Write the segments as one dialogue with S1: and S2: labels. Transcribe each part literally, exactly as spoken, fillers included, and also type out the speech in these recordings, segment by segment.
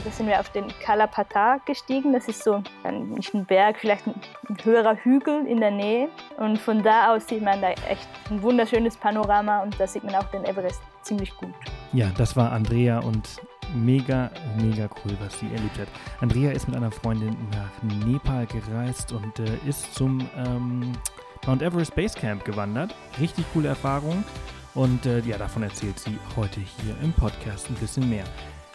S1: Da sind wir auf den Kala Patthar gestiegen. Das ist so ein, nicht ein Berg, vielleicht ein, ein höherer Hügel in der Nähe. Und von da aus sieht man da echt ein wunderschönes Panorama und da sieht man auch den Everest ziemlich gut.
S2: Ja, das war Andrea und mega, mega cool, was sie erlebt hat. Andrea ist mit einer Freundin nach Nepal gereist und äh, ist zum ähm, Mount Everest Base Camp gewandert. Richtig coole Erfahrung und äh, ja, davon erzählt sie heute hier im Podcast ein bisschen mehr.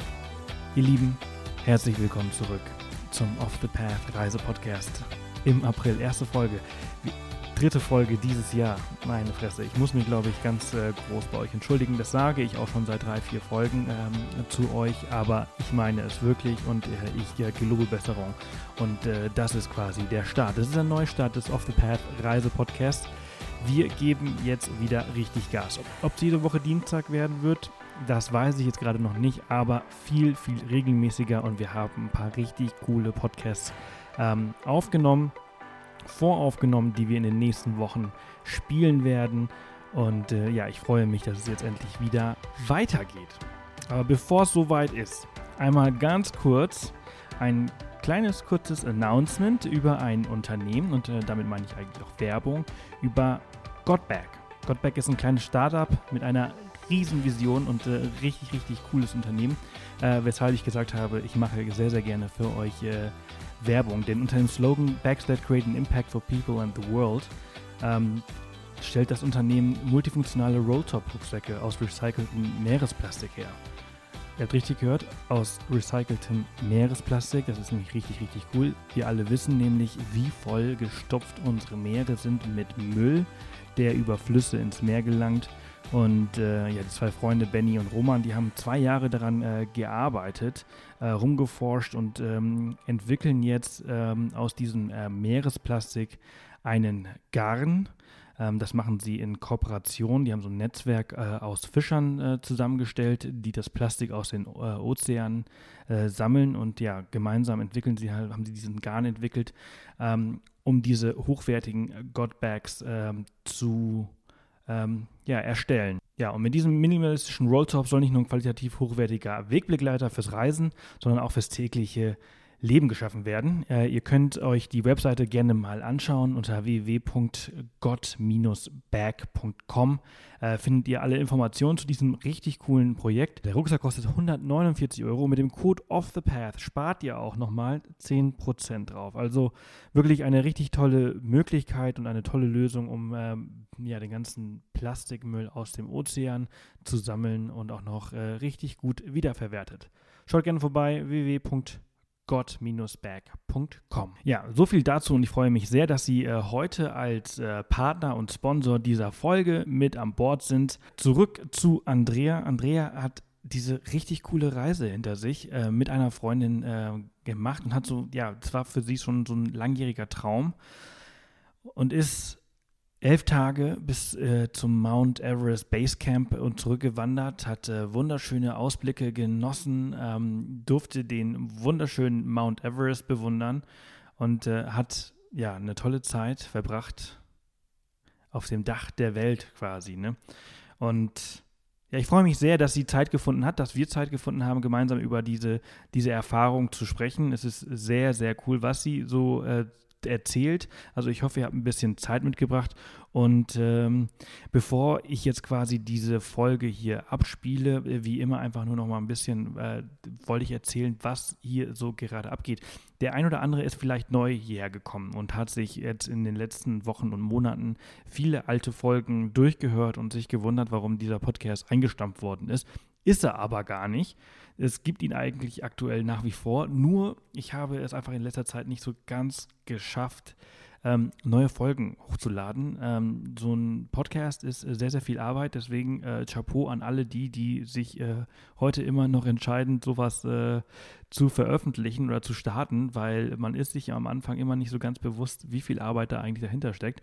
S2: Ihr Lieben, herzlich willkommen zurück zum Off the Path Reise-Podcast im April. Erste Folge, dritte Folge dieses Jahr. Meine Fresse, ich muss mich, glaube ich, ganz äh, groß bei euch entschuldigen. Das sage ich auch schon seit drei, vier Folgen ähm, zu euch, aber ich meine es wirklich und äh, ich äh, gelobe Besserung. Und äh, das ist quasi der Start. Das ist ein Neustart des Off the Path Reise-Podcasts. Wir geben jetzt wieder richtig Gas. Ob es jede Woche Dienstag werden wird, das weiß ich jetzt gerade noch nicht, aber viel, viel regelmäßiger und wir haben ein paar richtig coole Podcasts ähm, aufgenommen, voraufgenommen, die wir in den nächsten Wochen spielen werden. Und äh, ja, ich freue mich, dass es jetzt endlich wieder weitergeht. Aber bevor es soweit ist, einmal ganz kurz ein kleines, kurzes Announcement über ein Unternehmen und äh, damit meine ich eigentlich auch Werbung, über Godback. Godback ist ein kleines Startup mit einer Riesenvision und äh, richtig, richtig cooles Unternehmen, äh, weshalb ich gesagt habe, ich mache sehr, sehr gerne für euch äh, Werbung, denn unter dem Slogan Bags that create an impact for people and the world ähm, stellt das Unternehmen multifunktionale Rolltop-Rucksäcke aus recyceltem Meeresplastik her. Ihr habt richtig gehört, aus recyceltem Meeresplastik, das ist nämlich richtig, richtig cool. Wir alle wissen nämlich, wie voll gestopft unsere Meere sind mit Müll, der über Flüsse ins Meer gelangt. Und äh, ja, die zwei Freunde Benny und Roman, die haben zwei Jahre daran äh, gearbeitet, äh, rumgeforscht und ähm, entwickeln jetzt ähm, aus diesem äh, Meeresplastik einen Garn. Ähm, das machen sie in Kooperation. Die haben so ein Netzwerk äh, aus Fischern äh, zusammengestellt, die das Plastik aus den äh, Ozeanen äh, sammeln und ja, gemeinsam entwickeln sie halt, haben sie diesen Garn entwickelt, ähm, um diese hochwertigen Godbags ähm, zu Ähm, ja, erstellen. Ja, und mit diesem minimalistischen Rolltop soll nicht nur ein qualitativ hochwertiger Wegbegleiter fürs Reisen, sondern auch fürs tägliche Leben geschaffen werden. Äh, ihr könnt euch die Webseite gerne mal anschauen. Unter w w w punkt god dash bag punkt com äh, findet ihr alle Informationen zu diesem richtig coolen Projekt. Der Rucksack kostet hundertneunundvierzig Euro. Mit dem Code OFFTHEPATH spart ihr auch nochmal zehn Prozent drauf. Also wirklich eine richtig tolle Möglichkeit und eine tolle Lösung, um ähm, ja, den ganzen Plastikmüll aus dem Ozean zu sammeln und auch noch äh, richtig gut wiederverwertet. Schaut gerne vorbei, w w w punkt god dash bag punkt com. Ja, so viel dazu und ich freue mich sehr, dass Sie äh, heute als äh, Partner und Sponsor dieser Folge mit an Bord sind. Zurück zu Andrea. Andrea hat diese richtig coole Reise hinter sich äh, mit einer Freundin äh, gemacht und hat so, ja, das war für sie schon so ein langjähriger Traum und ist elf Tage bis äh, zum Mount Everest Base Camp und zurückgewandert, hat äh, wunderschöne Ausblicke genossen, ähm, durfte den wunderschönen Mount Everest bewundern und äh, hat ja eine tolle Zeit verbracht auf dem Dach der Welt quasi, ne? Und ja, ich freue mich sehr, dass sie Zeit gefunden hat, dass wir Zeit gefunden haben, gemeinsam über diese, diese Erfahrung zu sprechen. Es ist sehr, sehr cool, was sie so äh, erzählt. Also ich hoffe, ihr habt ein bisschen Zeit mitgebracht und ähm, bevor ich jetzt quasi diese Folge hier abspiele, wie immer einfach nur noch mal ein bisschen, äh, wollte ich erzählen, was hier so gerade abgeht. Der ein oder andere ist vielleicht neu hierher gekommen und hat sich jetzt in den letzten Wochen und Monaten viele alte Folgen durchgehört und sich gewundert, warum dieser Podcast eingestampft worden ist. Ist er aber gar nicht. Es gibt ihn eigentlich aktuell nach wie vor. Nur, ich habe es einfach in letzter Zeit nicht so ganz geschafft, ähm, neue Folgen hochzuladen. Ähm, so ein Podcast ist äh, sehr, sehr viel Arbeit. Deswegen äh, Chapeau an alle die, die sich äh, heute immer noch entscheiden, sowas äh, zu veröffentlichen oder zu starten, weil man ist sich ja am Anfang immer nicht so ganz bewusst, wie viel Arbeit da eigentlich dahinter steckt.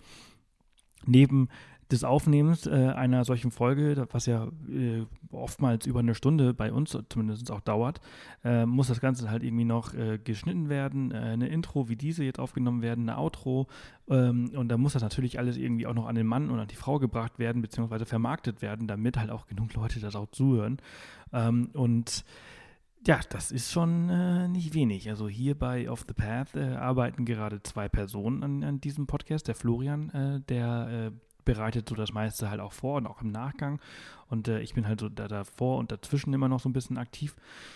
S2: Neben des Aufnehmens äh, einer solchen Folge, was ja äh, oftmals über eine Stunde bei uns zumindest auch dauert, äh, muss das Ganze halt irgendwie noch äh, geschnitten werden, äh, eine Intro wie diese jetzt aufgenommen werden, eine Outro ähm, und da muss das natürlich alles irgendwie auch noch an den Mann und an die Frau gebracht werden, beziehungsweise vermarktet werden, damit halt auch genug Leute das auch zuhören ähm, und Ja, das ist schon äh, nicht wenig. Also hier bei Off the Path äh, arbeiten gerade zwei Personen an, an diesem Podcast. Der Florian, äh, der äh, bereitet so das meiste halt auch vor und auch im Nachgang. Und äh, ich bin halt so da davor und dazwischen immer noch so ein bisschen aktiv.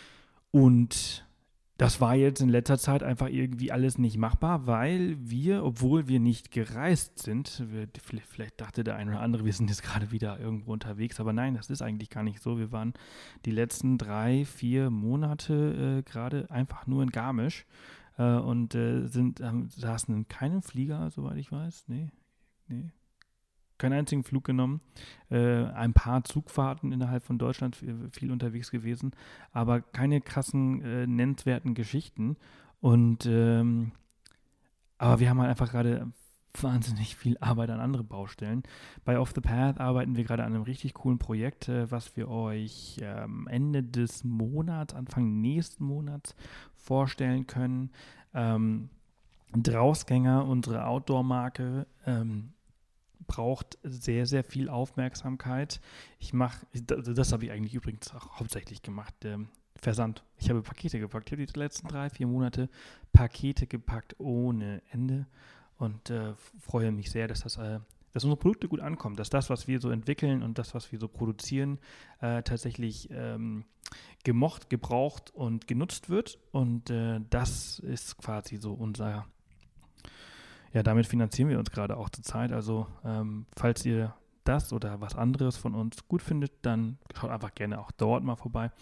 S2: Und das war jetzt in letzter Zeit einfach irgendwie alles nicht machbar, weil wir, obwohl wir nicht gereist sind, wir, vielleicht dachte der eine oder andere, wir sind jetzt gerade wieder irgendwo unterwegs, aber nein, das ist eigentlich gar nicht so. Wir waren die letzten drei, vier Monate äh, gerade einfach nur in Garmisch äh, und äh, sind, ähm, saßen in keinem Flieger, soweit ich weiß. Nee, nee. Keinen einzigen Flug genommen, äh, ein paar Zugfahrten innerhalb von Deutschland, viel unterwegs gewesen, aber keine krassen, äh, nennenswerten Geschichten. Und ähm, aber wir haben halt einfach gerade wahnsinnig viel Arbeit an andere Baustellen. Bei Off the Path arbeiten wir gerade an einem richtig coolen Projekt, äh, was wir euch ähm, Ende des Monats, Anfang nächsten Monats vorstellen können. Ähm, Drausgänger, unsere Outdoor-Marke, ähm, braucht sehr, sehr viel Aufmerksamkeit. Ich mache, das, das habe ich eigentlich übrigens auch hauptsächlich gemacht, ähm, Versand. Ich habe Pakete gepackt. Ich habe die letzten drei, vier Monate Pakete gepackt ohne Ende und äh, freue mich sehr, dass das, äh, dass unsere Produkte gut ankommen, dass das, was wir so entwickeln und das, was wir so produzieren, äh, tatsächlich ähm, gemocht, gebraucht und genutzt wird. Und äh, das ist quasi so unser Ja, damit finanzieren wir uns gerade auch zurzeit. Also, ähm, falls ihr das oder was anderes von uns gut findet, dann schaut einfach gerne auch dort mal vorbei.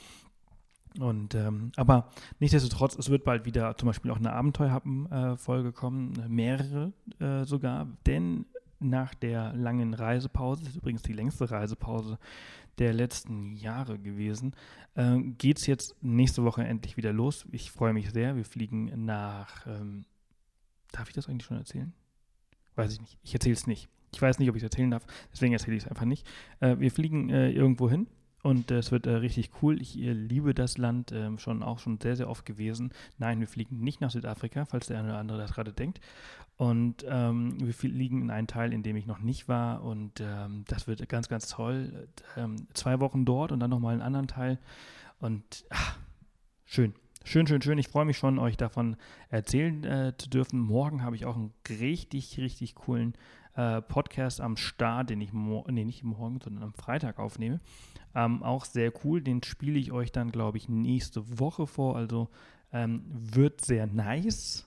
S2: Und, ähm, aber nichtsdestotrotz, es wird bald wieder zum Beispiel auch eine Abenteuerhappen-Folge kommen, mehrere äh, sogar, denn nach der langen Reisepause, das ist übrigens die längste Reisepause der letzten Jahre gewesen, äh, geht es jetzt nächste Woche endlich wieder los. Ich freue mich sehr. Wir fliegen nach ähm, Darf ich das eigentlich schon erzählen? Weiß ich nicht. Ich erzähle es nicht. Ich weiß nicht, ob ich es erzählen darf, deswegen erzähle ich es einfach nicht. Äh, wir fliegen äh, irgendwo hin und äh, es wird äh, richtig cool. Ich äh, liebe das Land, äh, schon auch schon sehr, sehr oft gewesen. Nein, wir fliegen nicht nach Südafrika, falls der eine oder andere das gerade denkt. Und ähm, wir fliegen in einen Teil, in dem ich noch nicht war und ähm, das wird ganz, ganz toll. Ähm, zwei Wochen dort und dann nochmal einen anderen Teil und ach, schön. Schön, schön, schön. Ich freue mich schon, euch davon erzählen äh, zu dürfen. Morgen habe ich auch einen richtig, richtig coolen äh, Podcast am Start, den ich, mo- nee, nicht morgen, sondern am Freitag aufnehme. Ähm, auch sehr cool. Den spiele ich euch dann, glaube ich, nächste Woche vor. Also ähm, wird sehr nice.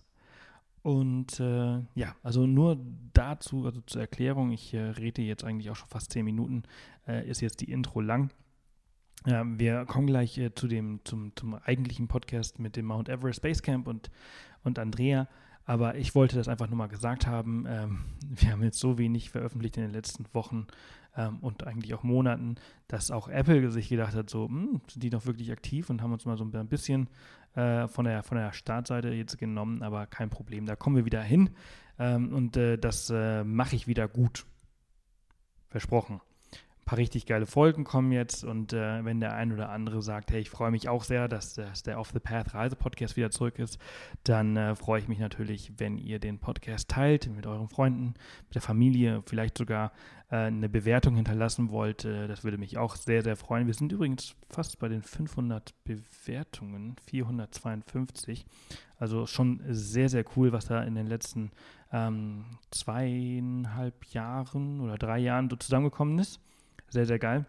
S2: Und äh, ja, also nur dazu, also zur Erklärung, ich äh, rede jetzt eigentlich auch schon fast zehn Minuten, äh, ist jetzt die Intro lang. Ja, wir kommen gleich äh, zu dem, zum, zum eigentlichen Podcast mit dem Mount Everest Base Camp und, und Andrea, aber ich wollte das einfach nur mal gesagt haben. Ähm, wir haben jetzt so wenig veröffentlicht in den letzten Wochen ähm, und eigentlich auch Monaten, dass auch Apple sich gedacht hat, so, hm, sind die doch wirklich aktiv und haben uns mal so ein bisschen äh, von der, von der Startseite jetzt genommen, aber kein Problem, da kommen wir wieder hin ähm, und äh, das äh, mache ich wieder gut. Versprochen. Ein paar richtig geile Folgen kommen jetzt und äh, wenn der ein oder andere sagt, hey, ich freue mich auch sehr, dass, dass der Off the Path Reise-Podcast wieder zurück ist, dann äh, freue ich mich natürlich, wenn ihr den Podcast teilt mit euren Freunden, mit der Familie, vielleicht sogar äh, eine Bewertung hinterlassen wollt. Äh, das würde mich auch sehr, sehr freuen. Wir sind übrigens fast bei den fünfhundert Bewertungen, vierhundertzweiundfünfzig. Also schon sehr, sehr cool, was da in den letzten ähm, zweieinhalb Jahren oder drei Jahren so zusammengekommen ist. Sehr, sehr geil.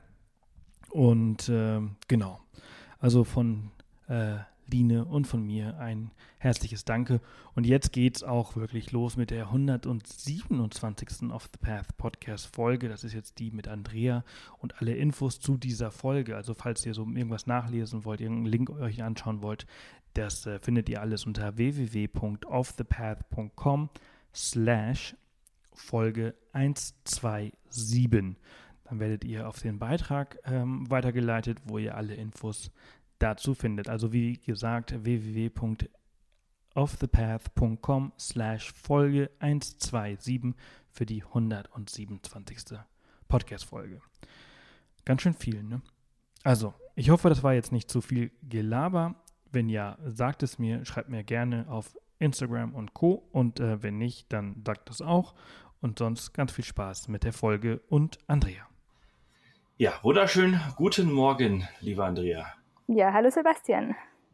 S2: Und äh, genau, also von äh, Line und von mir ein herzliches Danke. Und jetzt geht's auch wirklich los mit der hundertsiebenundzwanzigsten Off the Path Podcast Folge. Das ist jetzt die mit Andrea und alle Infos zu dieser Folge. Also falls ihr so irgendwas nachlesen wollt, irgendeinen Link euch anschauen wollt, das äh, findet ihr alles unter w w w punkt off the path punkt com slash Folge hundertsiebenundzwanzig. Dann werdet ihr auf den Beitrag ähm, weitergeleitet, wo ihr alle Infos dazu findet. Also wie gesagt, w w w punkt off the path punkt com slash Folge hundertsiebenundzwanzig für die hundertsiebenundzwanzigste Podcast-Folge. Ganz schön viel, ne? Also, ich hoffe, das war jetzt nicht zu viel Gelaber. Wenn ja, sagt es mir, schreibt mir gerne auf Instagram und Co. Und äh, wenn nicht, dann sagt das auch. Und sonst ganz viel Spaß mit der Folge und Andrea.
S3: Ja, wunderschön. Guten Morgen, liebe Andrea.
S1: Ja, hallo Sebastian.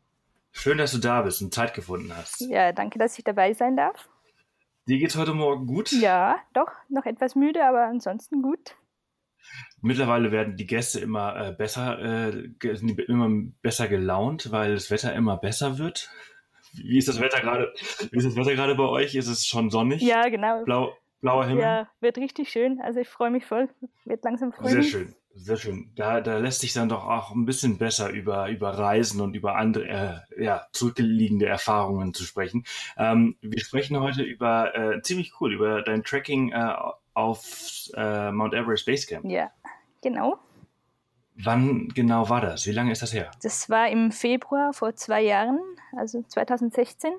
S2: Schön, dass du da bist und Zeit gefunden hast.
S1: Ja, danke, dass ich dabei sein darf.
S2: Dir geht's heute Morgen gut?
S1: Ja, doch, noch etwas müde, aber ansonsten gut.
S2: Mittlerweile werden die Gäste immer äh, besser, äh, ge- immer besser gelaunt, weil das Wetter immer besser wird. Wie ist das Wetter gerade? Wie ist das Wetter gerade bei euch? Ist es schon sonnig?
S1: Ja, genau.
S2: Blau, blauer Himmel?
S1: Ja, wird richtig schön. Also ich freue mich voll. Wird langsam
S2: Sehr
S1: Frühling.
S2: schön, sehr schön. Da, da lässt sich dann doch auch ein bisschen besser über, über Reisen und über andere, äh, ja, zurückliegende Erfahrungen zu sprechen. Ähm, wir sprechen heute über, äh, ziemlich cool, über dein Trekking äh, auf äh, Mount Everest Base Camp.
S1: Ja, genau.
S2: Wann genau war das? Wie lange ist das her?
S1: Das war im Februar vor zwei Jahren, also zwanzig sechzehn.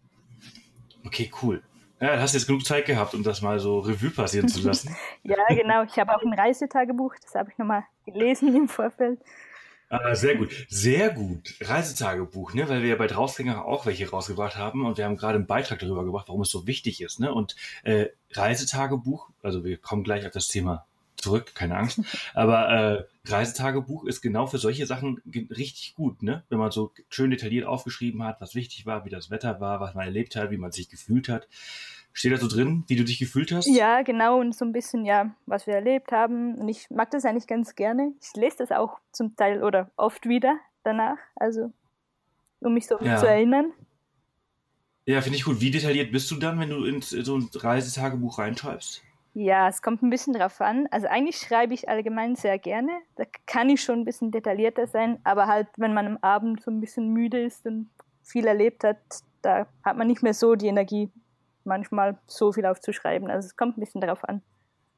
S2: Okay, cool. Ja, du hast jetzt genug Zeit gehabt, um das mal so Revue passieren zu lassen.
S1: Ja, genau. Ich habe auch ein Reisetagebuch, das habe ich nochmal gelesen im Vorfeld.
S2: Ah, sehr gut, sehr gut. Reisetagebuch, ne? Weil wir ja bei Draufgänger auch welche rausgebracht haben und wir haben gerade einen Beitrag darüber gemacht, warum es so wichtig ist, ne? Und äh, Reisetagebuch, also wir kommen gleich auf das Thema zurück, keine Angst, aber äh, Reisetagebuch ist genau für solche Sachen ge- richtig gut, ne? Wenn man so schön detailliert aufgeschrieben hat, was wichtig war, wie das Wetter war, was man erlebt hat, wie man sich gefühlt hat. Steht da so drin, wie du dich gefühlt hast?
S1: Ja, genau. Und so ein bisschen, ja, was wir erlebt haben. Und ich mag das eigentlich ganz gerne. Ich lese das auch zum Teil oder oft wieder danach. Also, um mich so
S2: Ja.
S1: zu erinnern.
S2: Ja, finde ich gut. Wie detailliert bist du dann, wenn du in so ein Reisetagebuch reinschreibst?
S1: Ja, es kommt ein bisschen drauf an. Also eigentlich schreibe ich allgemein sehr gerne. Da kann ich schon ein bisschen detaillierter sein. Aber halt, wenn man am Abend so ein bisschen müde ist und viel erlebt hat, da hat man nicht mehr so die Energie, manchmal so viel aufzuschreiben. Also es kommt ein bisschen darauf an.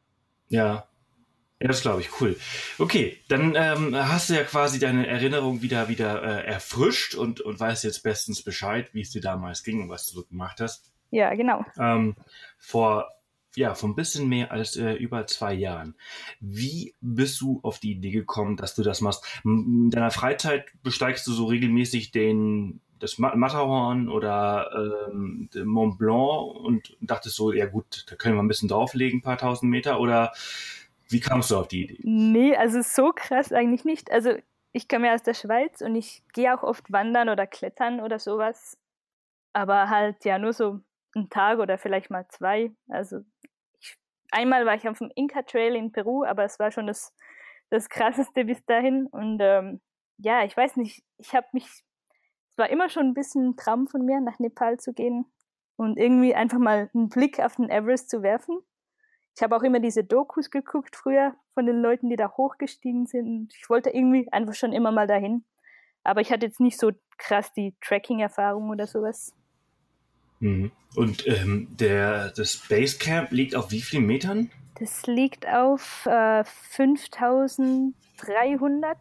S2: Ja. Ja, das glaube ich, cool. Okay, dann ähm, hast du ja quasi deine Erinnerung wieder wieder äh, erfrischt und, und weißt jetzt bestens Bescheid, wie es dir damals ging und was du so gemacht hast.
S1: Ja, genau.
S2: Ähm, vor, ja, vor ein bisschen mehr als äh, über zwei Jahren. Wie bist du auf die Idee gekommen, dass du das machst? M- In deiner Freizeit besteigst du so regelmäßig den das Ma- Matterhorn oder ähm, den Mont Blanc und dachtest so, ja gut, da können wir ein bisschen drauflegen, ein paar tausend Meter, oder wie kamst du auf die Idee?
S1: Nee, also so krass eigentlich nicht. Also ich komme ja aus der Schweiz und ich gehe auch oft wandern oder klettern oder sowas. Aber halt ja nur so einen Tag oder vielleicht mal zwei. Also ich, einmal war ich auf dem Inca Trail in Peru, aber es war schon das, das Krasseste bis dahin. Und ähm, ja, ich weiß nicht, ich habe mich, es war immer schon ein bisschen ein Traum von mir, nach Nepal zu gehen und irgendwie einfach mal einen Blick auf den Everest zu werfen. Ich habe auch immer diese Dokus geguckt früher von den Leuten, die da hochgestiegen sind. Ich wollte irgendwie einfach schon immer mal dahin. Aber ich hatte jetzt nicht so krass die Tracking-Erfahrung oder sowas.
S2: Mhm. Und ähm, der, das Basecamp liegt auf wie vielen Metern?
S1: Das liegt auf äh, fünftausenddreihundert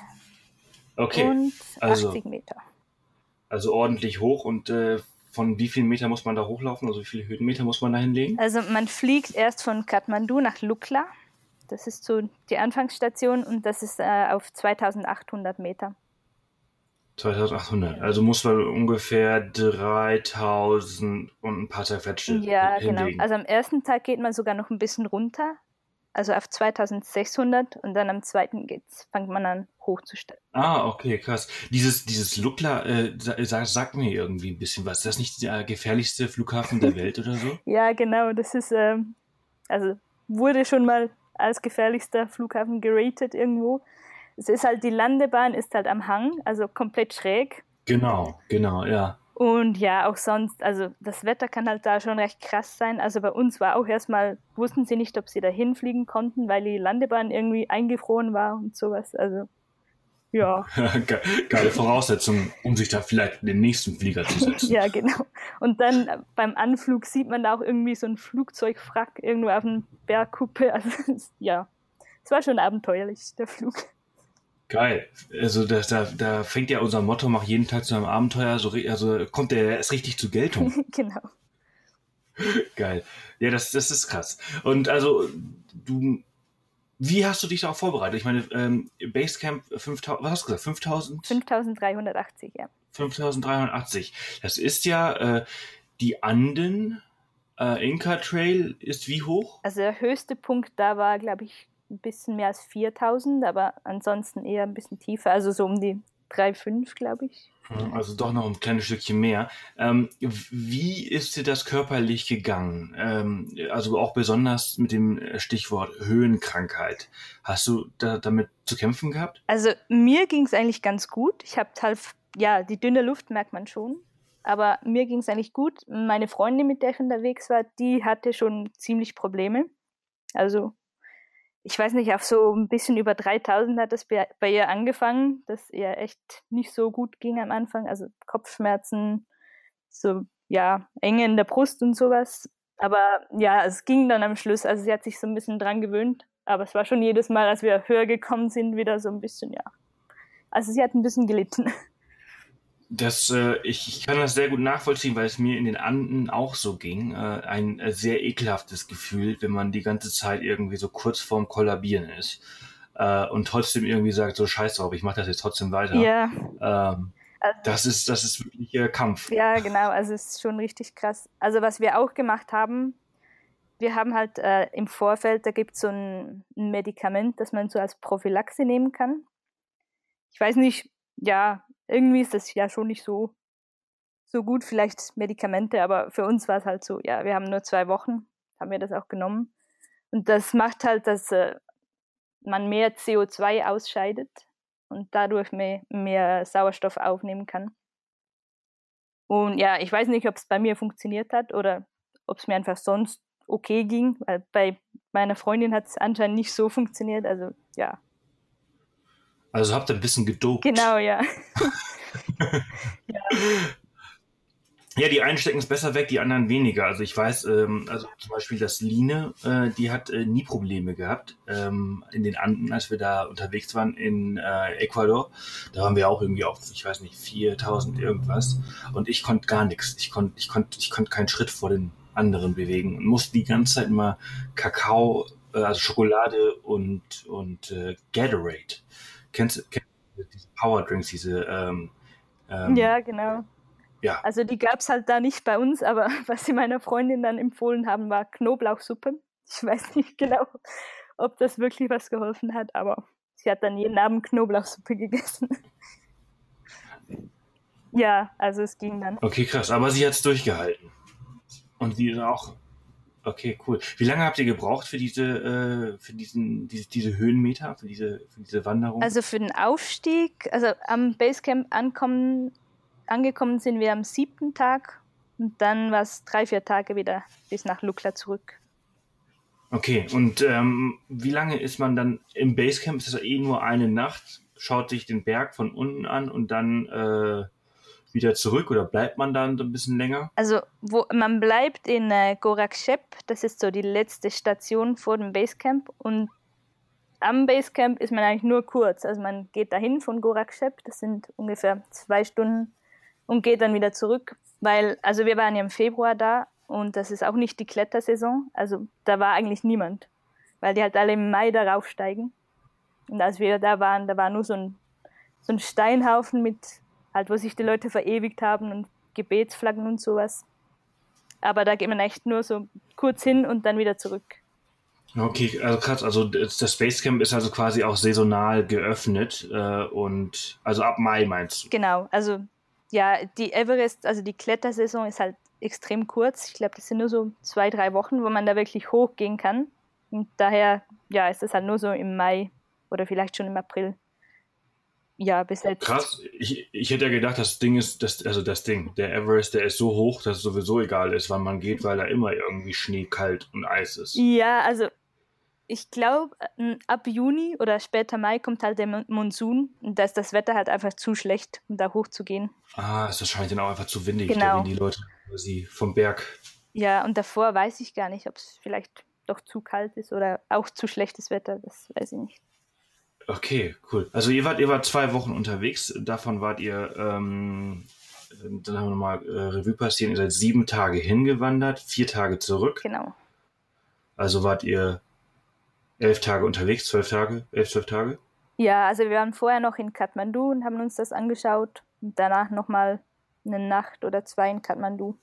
S2: Okay,
S1: und
S2: also,
S1: achtzig Meter.
S2: also ordentlich hoch. Und äh, von wie vielen Meter muss man da hochlaufen? Also wie viele Höhenmeter muss man da hinlegen?
S1: Also man fliegt erst von Kathmandu nach Lukla. Das ist so die Anfangsstation und das ist äh, auf zweitausendachthundert Meter.
S2: zweitausendachthundert. Also muss man ungefähr dreitausend und ein paar zerquetschte
S1: Ja,
S2: hinlegen.
S1: genau. Also am ersten Tag geht man sogar noch ein bisschen runter, also auf zweitausendsechshundert und dann am zweiten geht's, fängt man an hochzusteigen.
S2: Ah, okay, krass. Dieses, dieses Lukla, äh, sa- sagt mir irgendwie ein bisschen was. Ist das nicht der gefährlichste Flughafen der Welt oder so?
S1: Ja, genau, das ist, ähm, also wurde schon mal als gefährlichster Flughafen geratet irgendwo. Es ist halt, die Landebahn ist halt am Hang, also komplett schräg.
S2: Genau, genau, ja.
S1: Und ja, auch sonst, also das Wetter kann halt da schon recht krass sein. Also bei uns war auch erstmal, wussten sie nicht, ob sie da hinfliegen konnten, weil die Landebahn irgendwie eingefroren war und sowas. Also ja.
S2: Ge- Geile Voraussetzung, um sich da vielleicht in den nächsten Flieger zu setzen.
S1: Ja, genau. Und dann äh, beim Anflug sieht man da auch irgendwie so ein Flugzeugwrack irgendwo auf einer Bergkuppe. Also ja, es war schon abenteuerlich, der Flug.
S2: Geil. Also das, da, da fängt ja unser Motto, mach jeden Tag zu einem Abenteuer, so, ri- also kommt der erst richtig zur Geltung.
S1: Genau.
S2: Geil. Ja, das, das ist krass. Und also du, wie hast du dich darauf vorbereitet? Ich meine, ähm, Basecamp fünftausend, was hast du gesagt? fünftausend?
S1: fünftausenddreihundertachtzig, ja.
S2: fünftausenddreihundertachtzig. Das ist ja äh, die Anden äh, Inca Trail ist wie hoch?
S1: Also der höchste Punkt da war, glaube ich, ein bisschen mehr als viertausend, aber ansonsten eher ein bisschen tiefer, also so um die drei Komma fünf, glaube ich.
S2: Also doch noch ein kleines Stückchen mehr. Ähm, wie ist dir das körperlich gegangen? Ähm, also auch besonders mit dem Stichwort Höhenkrankheit. Hast du da damit zu kämpfen gehabt?
S1: Also mir ging es eigentlich ganz gut. Ich habe halt, ja, die dünne Luft merkt man schon. Aber mir ging es eigentlich gut. Meine Freundin, mit der ich unterwegs war, die hatte schon ziemlich Probleme. Also ich weiß nicht, auf so ein bisschen über dreitausend hat das bei, bei ihr angefangen, dass ihr echt nicht so gut ging am Anfang. Also Kopfschmerzen, so, ja, Enge in der Brust und sowas. Aber ja, es ging dann am Schluss. Also sie hat sich so ein bisschen dran gewöhnt. Aber es war schon jedes Mal, als wir höher gekommen sind, wieder so ein bisschen, ja. Also sie hat ein bisschen gelitten.
S2: Das, äh, ich, ich kann das sehr gut nachvollziehen, weil es mir in den Anden auch so ging. Äh, ein äh, sehr ekelhaftes Gefühl, wenn man die ganze Zeit irgendwie so kurz vorm Kollabieren ist äh, und trotzdem irgendwie sagt, so scheiß drauf, ich mache das jetzt trotzdem weiter.
S1: Ja.
S2: Ähm,
S1: Also,
S2: das ist, das ist wirklich äh, Kampf.
S1: Ja, genau, also es ist schon richtig krass. Also was wir auch gemacht haben, wir haben halt äh, im Vorfeld, da gibt es so ein, ein Medikament, das man so als Prophylaxe nehmen kann. Ich weiß nicht, ja, irgendwie ist das ja schon nicht so, so gut, vielleicht Medikamente, aber für uns war es halt so, ja, wir haben nur zwei Wochen, haben wir das auch genommen. Und das macht halt, dass äh, man mehr C O zwei ausscheidet und dadurch mehr, mehr Sauerstoff aufnehmen kann. Und ja, ich weiß nicht, ob es bei mir funktioniert hat oder ob es mir einfach sonst okay ging, weil bei meiner Freundin hat es anscheinend nicht so funktioniert, also ja.
S2: Also habt ihr ein bisschen gedopt.
S1: Genau, ja.
S2: ja. Ja, die einen stecken es besser weg, die anderen weniger. Also ich weiß, ähm, also zum Beispiel das Line, äh, die hat äh, nie Probleme gehabt ähm, in den Anden, als wir da unterwegs waren in äh, Ecuador. Da waren wir auch irgendwie auf, ich weiß nicht, viertausend irgendwas. Und ich konnte gar nichts. Ich konnte ich konnte, ich konnte keinen Schritt vor den anderen bewegen und musste die ganze Zeit immer Kakao, äh, also Schokolade und, und äh, Gatorade. Kennst du kennst diese Powerdrinks, diese ähm, ähm,
S1: ja, genau.
S2: Ja.
S1: Also die gab es halt da nicht bei uns, aber was sie meiner Freundin dann empfohlen haben, war Knoblauchsuppe. Ich weiß nicht genau, ob das wirklich was geholfen hat, aber sie hat dann jeden Abend Knoblauchsuppe gegessen. Ja, also es ging dann.
S2: Okay, krass, aber sie hat es durchgehalten. Und sie ist auch... Okay, cool. Wie lange habt ihr gebraucht für diese, äh, für diesen, diese, diese Höhenmeter, für diese, für diese Wanderung?
S1: Also für den Aufstieg, also am Basecamp ankommen, angekommen sind wir am siebten Tag und dann war es drei, vier Tage wieder bis nach Lukla zurück.
S2: Okay, und ähm, wie lange ist man dann im Basecamp? Ist das eh nur eine Nacht? Schaut sich den Berg von unten an und dann äh, wieder zurück oder bleibt man dann ein bisschen länger?
S1: Also wo, man bleibt in äh, Gorakchep, das ist so die letzte Station vor dem Basecamp und am Basecamp ist man eigentlich nur kurz. Also man geht dahin von Gorakchep, das sind ungefähr zwei Stunden und geht dann wieder zurück, weil, also wir waren ja im Februar da und das ist auch nicht die Klettersaison, also da war eigentlich niemand, weil die halt alle im Mai darauf steigen. Und als wir da waren, da war nur so ein, so ein Steinhaufen mit halt, wo sich die Leute verewigt haben und Gebetsflaggen und sowas. Aber da geht man echt nur so kurz hin und dann wieder zurück.
S2: Okay, also krass, also das Basecamp ist also quasi auch saisonal geöffnet äh, und also ab Mai meinst du?
S1: Genau, also ja, die Everest, also die Klettersaison ist halt extrem kurz. Ich glaube, das sind nur so zwei, drei Wochen, wo man da wirklich hochgehen kann. Und daher, ja, ist das halt nur so im Mai oder vielleicht schon im April. Ja, bis jetzt.
S2: Krass, ich, ich hätte ja gedacht, das Ding ist, das, also das Ding, der Everest, der ist so hoch, dass es sowieso egal ist, wann man geht, weil da immer irgendwie Schnee, kalt und Eis ist.
S1: Ja, also ich glaube, ab Juni oder später Mai kommt halt der Monsun und da ist das Wetter halt einfach zu schlecht, um da hochzugehen.
S2: Ah, ist wahrscheinlich dann auch einfach zu windig,
S1: genau.
S2: Da gehen die Leute quasi vom Berg.
S1: Ja, und davor weiß ich gar nicht, ob es vielleicht doch zu kalt ist oder auch zu schlechtes Wetter, das weiß ich nicht.
S2: Okay, cool. Also ihr wart, ihr wart zwei Wochen unterwegs, davon wart ihr, ähm, dann haben wir nochmal äh, Revue passieren, ihr seid sieben Tage hingewandert, vier Tage zurück.
S1: Genau.
S2: Also wart ihr elf Tage unterwegs, zwölf Tage, elf, zwölf Tage?
S1: Ja, also wir waren vorher noch in Kathmandu und haben uns das angeschaut und danach nochmal eine Nacht oder zwei in Kathmandu.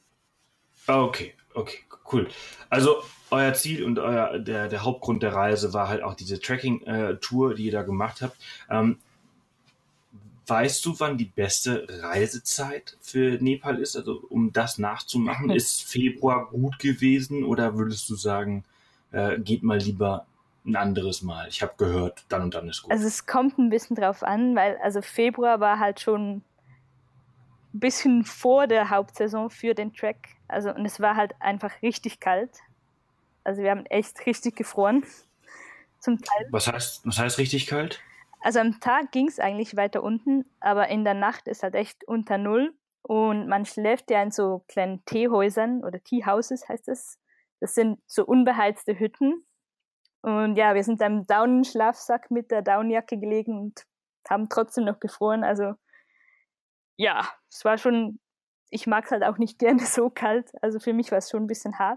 S2: Okay, okay, cool. Also euer Ziel und euer der, der Hauptgrund der Reise war halt auch diese Trekking-Tour, die ihr da gemacht habt. Ähm, weißt du, wann die beste Reisezeit für Nepal ist? Also um das nachzumachen, ist Februar gut gewesen oder würdest du sagen, äh, geht mal lieber ein anderes Mal? Ich habe gehört, dann und dann ist gut.
S1: Also es kommt ein bisschen drauf an, weil also Februar war halt schon ein bisschen vor der Hauptsaison für den Trek. Also und es war halt einfach richtig kalt. Also wir haben echt richtig gefroren zum Teil.
S2: Was heißt, was heißt richtig kalt?
S1: Also am Tag ging es eigentlich weiter unten, aber in der Nacht ist halt echt unter Null und man schläft ja in so kleinen Teehäusern oder Teehouses heißt es. Das sind so unbeheizte Hütten und ja, wir sind da im Daunenschlafsack mit der Daunenjacke gelegen und haben trotzdem noch gefroren. Also ja, es war schon, ich mag es halt auch nicht gerne so kalt, also für mich war es schon ein bisschen hart.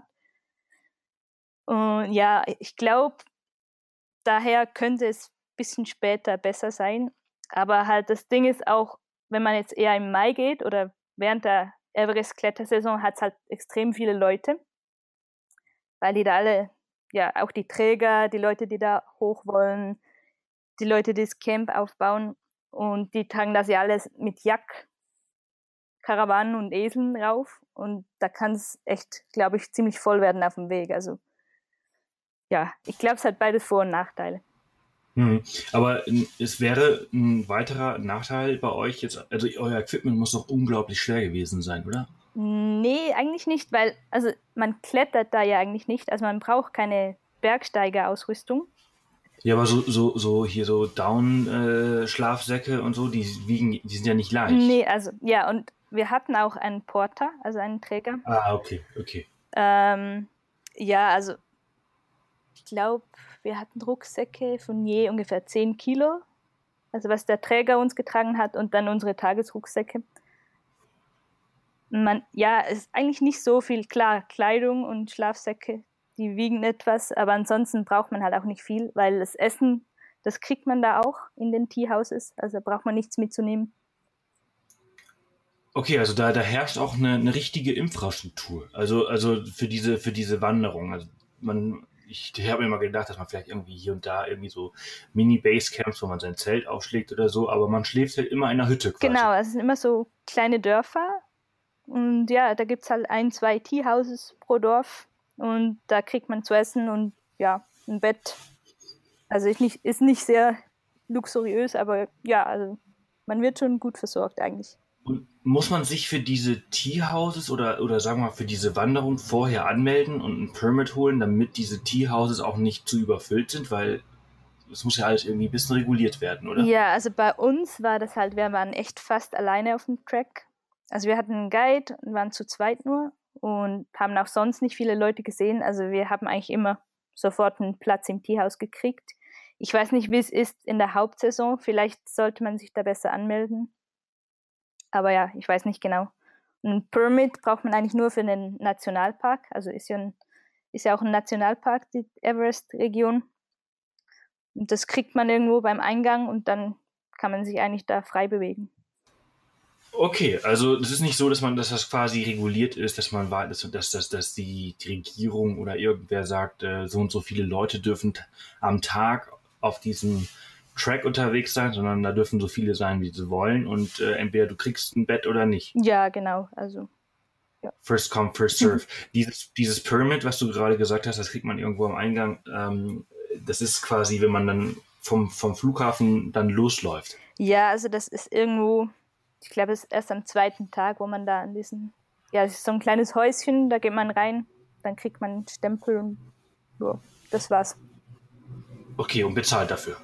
S1: Und ja, ich glaube, daher könnte es bisschen später besser sein. Aber halt das Ding ist auch, wenn man jetzt eher im Mai geht oder während der Everest-Klettersaison, hat es halt extrem viele Leute, weil die da alle, ja, auch die Träger, die Leute, die da hoch wollen, die Leute, die das Camp aufbauen und die tragen das ja alles mit Yak, Karawanen und Eseln rauf und da kann es echt, glaube ich, ziemlich voll werden auf dem Weg. Also ja, ich glaube, es hat beides Vor- und Nachteile.
S2: Hm. Aber es wäre ein weiterer Nachteil bei euch jetzt, also euer Equipment muss doch unglaublich schwer gewesen sein, oder? Nee,
S1: eigentlich nicht, weil also man klettert da ja eigentlich nicht, also man braucht keine Bergsteigerausrüstung.
S2: Ja, aber so, so, so hier so Down-Schlafsäcke äh, und so, die wiegen, die sind ja nicht leicht.
S1: Nee, also ja, und wir hatten auch einen Porter, also einen Träger.
S2: Ah, okay, okay.
S1: Ähm, ja, also ich glaube, wir hatten Rucksäcke von je ungefähr zehn Kilo, also was der Träger uns getragen hat und dann unsere Tagesrucksäcke. Man, ja, es ist eigentlich nicht so viel, klar, Kleidung und Schlafsäcke, die wiegen etwas, aber ansonsten braucht man halt auch nicht viel, weil das Essen, das kriegt man da auch in den Teehouses, also braucht man nichts mitzunehmen.
S2: Okay, also da, da herrscht auch eine, eine richtige Infrastruktur, also, also für diese, für diese Wanderung. Also man, ich, ich habe mir immer gedacht, dass man vielleicht irgendwie hier und da irgendwie so Mini-Basecamps, wo man sein Zelt aufschlägt oder so, aber man schläft halt immer in einer Hütte quasi.
S1: Genau, es sind immer so kleine Dörfer und ja, da gibt es halt ein, zwei Teehouses pro Dorf und da kriegt man zu essen und ja, ein Bett. Also ist nicht, ist nicht sehr luxuriös, aber ja, also man wird schon gut versorgt eigentlich.
S2: Und muss man sich für diese Teehouses oder, oder sagen wir mal für diese Wanderung vorher anmelden und ein Permit holen, damit diese Teehouses auch nicht zu überfüllt sind, weil es muss ja alles irgendwie ein bisschen reguliert werden, oder?
S1: Ja, also bei uns war das halt, wir waren echt fast alleine auf dem Track. Also wir hatten einen Guide und waren zu zweit nur und haben auch sonst nicht viele Leute gesehen. Also wir haben eigentlich immer sofort einen Platz im Teehaus gekriegt. Ich weiß nicht, wie es ist in der Hauptsaison. Vielleicht sollte man sich da besser anmelden. Aber ja, ich weiß nicht genau. Ein Permit braucht man eigentlich nur für den Nationalpark. Also ist ja, ein, ist ja auch ein Nationalpark, die Everest-Region. Und das kriegt man irgendwo beim Eingang und dann kann man sich eigentlich da frei bewegen.
S2: Okay, also es ist nicht so, dass man, dass das quasi reguliert ist, dass man weiß, dass, dass, dass die, die Regierung oder irgendwer sagt, äh, so und so viele Leute dürfen t- am Tag auf diesem Track unterwegs sein, sondern da dürfen so viele sein, wie sie wollen und äh, entweder du kriegst ein Bett oder nicht.
S1: Ja, genau. Also ja.
S2: First come, first serve. dieses, dieses Permit, was du gerade gesagt hast, das kriegt man irgendwo am Eingang. Ähm, das ist quasi, wenn man dann vom, vom Flughafen dann losläuft.
S1: Ja, also das ist irgendwo, ich glaube, es ist erst am zweiten Tag, wo man da an diesen, ja, es ist so ein kleines Häuschen, da geht man rein, dann kriegt man einen Stempel und ja, das war's.
S2: Okay, und bezahlt dafür?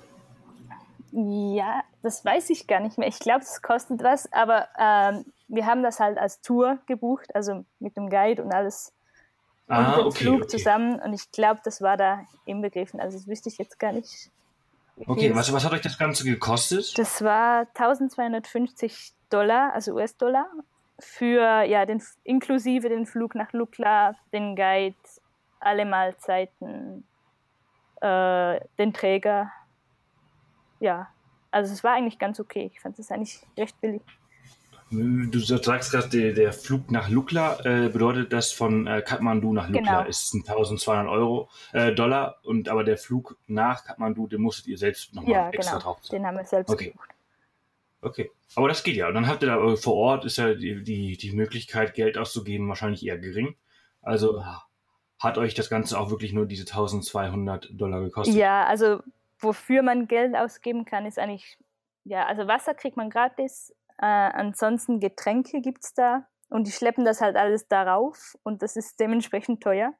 S1: Ja, das weiß ich gar nicht mehr. Ich glaube, es kostet was, aber ähm, wir haben das halt als Tour gebucht, also mit dem Guide und alles
S2: ah,
S1: und dem
S2: okay,
S1: Flug
S2: okay.
S1: zusammen und ich glaube, das war da inbegriffen, also das wüsste ich jetzt gar nicht.
S2: Okay, was, was hat euch das Ganze gekostet?
S1: Das war eintausendzweihundertfünfzig Dollar, also U S-Dollar, für, ja, den, inklusive den Flug nach Lukla, den Guide, alle Mahlzeiten, äh, den Träger. Ja, also es war eigentlich ganz okay. Ich fand es eigentlich recht billig.
S2: Du sagst gerade, der, der Flug nach Lukla, äh, bedeutet das von äh, Kathmandu nach Lukla
S1: Genau.
S2: ist eintausendzweihundert Euro, äh, Dollar und aber der Flug nach Kathmandu, den musstet ihr selbst nochmal
S1: Ja,
S2: extra
S1: genau.
S2: drauf zahlen.
S1: Den haben wir selbst
S2: Okay.
S1: gebucht.
S3: Okay. Aber das geht ja. Und dann habt ihr da äh, vor Ort ist ja die, die, die Möglichkeit, Geld auszugeben, wahrscheinlich eher gering. Also hat euch das Ganze auch wirklich nur diese tausendzweihundert Dollar gekostet?
S1: Ja, also wofür man Geld ausgeben kann, ist eigentlich, ja, also Wasser kriegt man gratis, äh, ansonsten Getränke gibt es da und die schleppen das halt alles darauf und das ist dementsprechend teuer.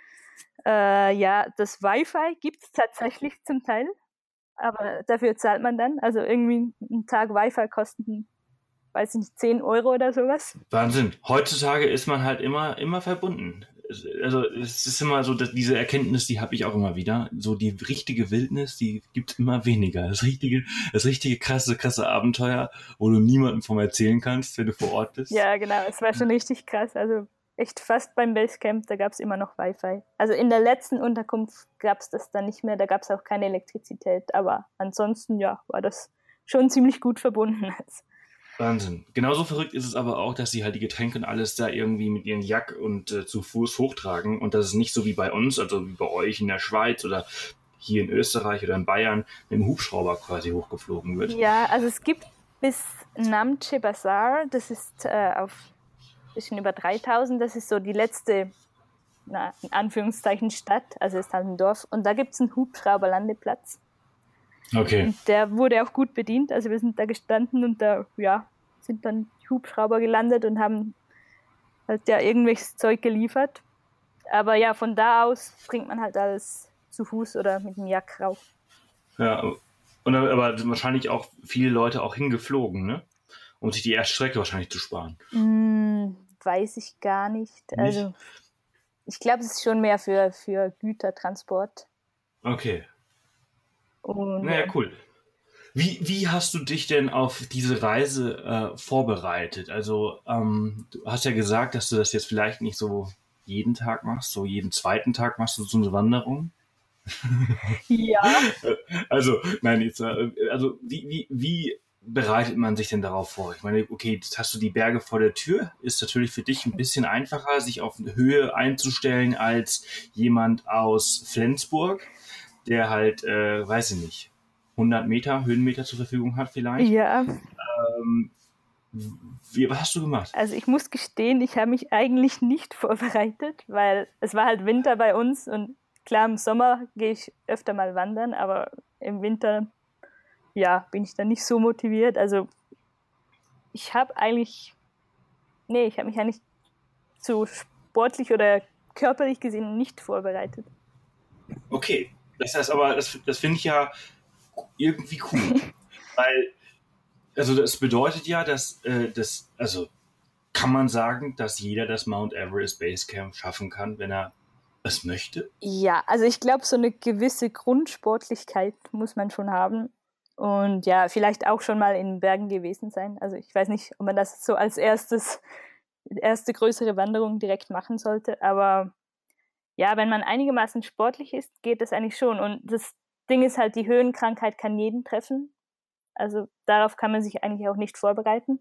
S1: Äh, ja, das Wi-Fi gibt es tatsächlich zum Teil, aber dafür zahlt man dann. Also irgendwie ein Tag Wi-Fi kosten, weiß ich nicht, zehn Euro oder sowas.
S3: Wahnsinn. Heutzutage ist man halt immer, immer verbunden. Also es ist immer so, dass diese Erkenntnis, die habe ich auch immer wieder. So die richtige Wildnis, die gibt immer weniger. Das richtige, das richtige krasse, krasse Abenteuer, wo du niemandem von erzählen kannst, wenn du vor Ort bist.
S1: Ja, genau. Es war schon richtig krass. Also echt fast beim Basecamp, da gab es immer noch Wi-Fi. Also in der letzten Unterkunft gab es das dann nicht mehr, da gab es auch keine Elektrizität. Aber ansonsten, ja, war das schon ziemlich gut verbunden.
S3: Wahnsinn. Genauso verrückt ist es aber auch, dass sie halt die Getränke und alles da irgendwie mit ihren Jack und äh, zu Fuß hochtragen und das ist nicht so wie bei uns, also wie bei euch in der Schweiz oder hier in Österreich oder in Bayern mit dem Hubschrauber quasi hochgeflogen wird.
S1: Ja, also es gibt bis Namche Bazaar, das ist äh, auf ein bisschen über dreitausend, das ist so die letzte, na, in Anführungszeichen Stadt, also ist halt ein Dorf und da gibt es einen Hubschrauberlandeplatz.
S3: Okay.
S1: Und der wurde auch gut bedient. Also wir sind da gestanden und da, ja, sind dann Hubschrauber gelandet und haben halt ja irgendwelches Zeug geliefert. Aber ja, von da aus bringt man halt alles zu Fuß oder mit dem Jack rauf.
S3: Ja, und aber wahrscheinlich auch viele Leute auch hingeflogen, ne? Um sich die erste Strecke wahrscheinlich zu sparen.
S1: Hm, weiß ich gar nicht.
S3: nicht?
S1: Also ich glaube, es ist schon mehr für, für Gütertransport.
S3: Okay.
S1: Und,
S3: naja, cool. Wie, wie hast du dich denn auf diese Reise äh, vorbereitet? Also ähm, du hast ja gesagt, dass du das jetzt vielleicht nicht so jeden Tag machst, so jeden zweiten Tag machst du so eine Wanderung.
S1: Ja.
S3: Also, nein, jetzt, also wie, wie, wie bereitet man sich denn darauf vor? Ich meine, okay, jetzt hast du die Berge vor der Tür, ist natürlich für dich ein bisschen einfacher, sich auf Höhe einzustellen als jemand aus Flensburg, der halt, äh, weiß ich nicht, hundert Meter, Höhenmeter zur Verfügung hat vielleicht.
S1: Ja.
S3: Ähm, wie, was hast du gemacht?
S1: Also ich muss gestehen, ich habe mich eigentlich nicht vorbereitet, weil es war halt Winter bei uns und klar, im Sommer gehe ich öfter mal wandern, aber im Winter, ja, bin ich dann nicht so motiviert. Also ich habe eigentlich, nee, ich habe mich eigentlich so sportlich oder körperlich gesehen nicht vorbereitet.
S3: Okay, das heißt aber, das, das finde ich ja irgendwie cool, weil, also das bedeutet ja, dass äh, das, also kann man sagen, dass jeder das Mount Everest Basecamp schaffen kann, wenn er es möchte?
S1: Ja, also ich glaube, so eine gewisse Grundsportlichkeit muss man schon haben und ja, vielleicht auch schon mal in den Bergen gewesen sein. Also ich weiß nicht, ob man das so als erstes, erste größere Wanderung direkt machen sollte, aber ja, wenn man einigermaßen sportlich ist, geht das eigentlich schon. Und das Ding ist halt, die Höhenkrankheit kann jeden treffen. Also darauf kann man sich eigentlich auch nicht vorbereiten.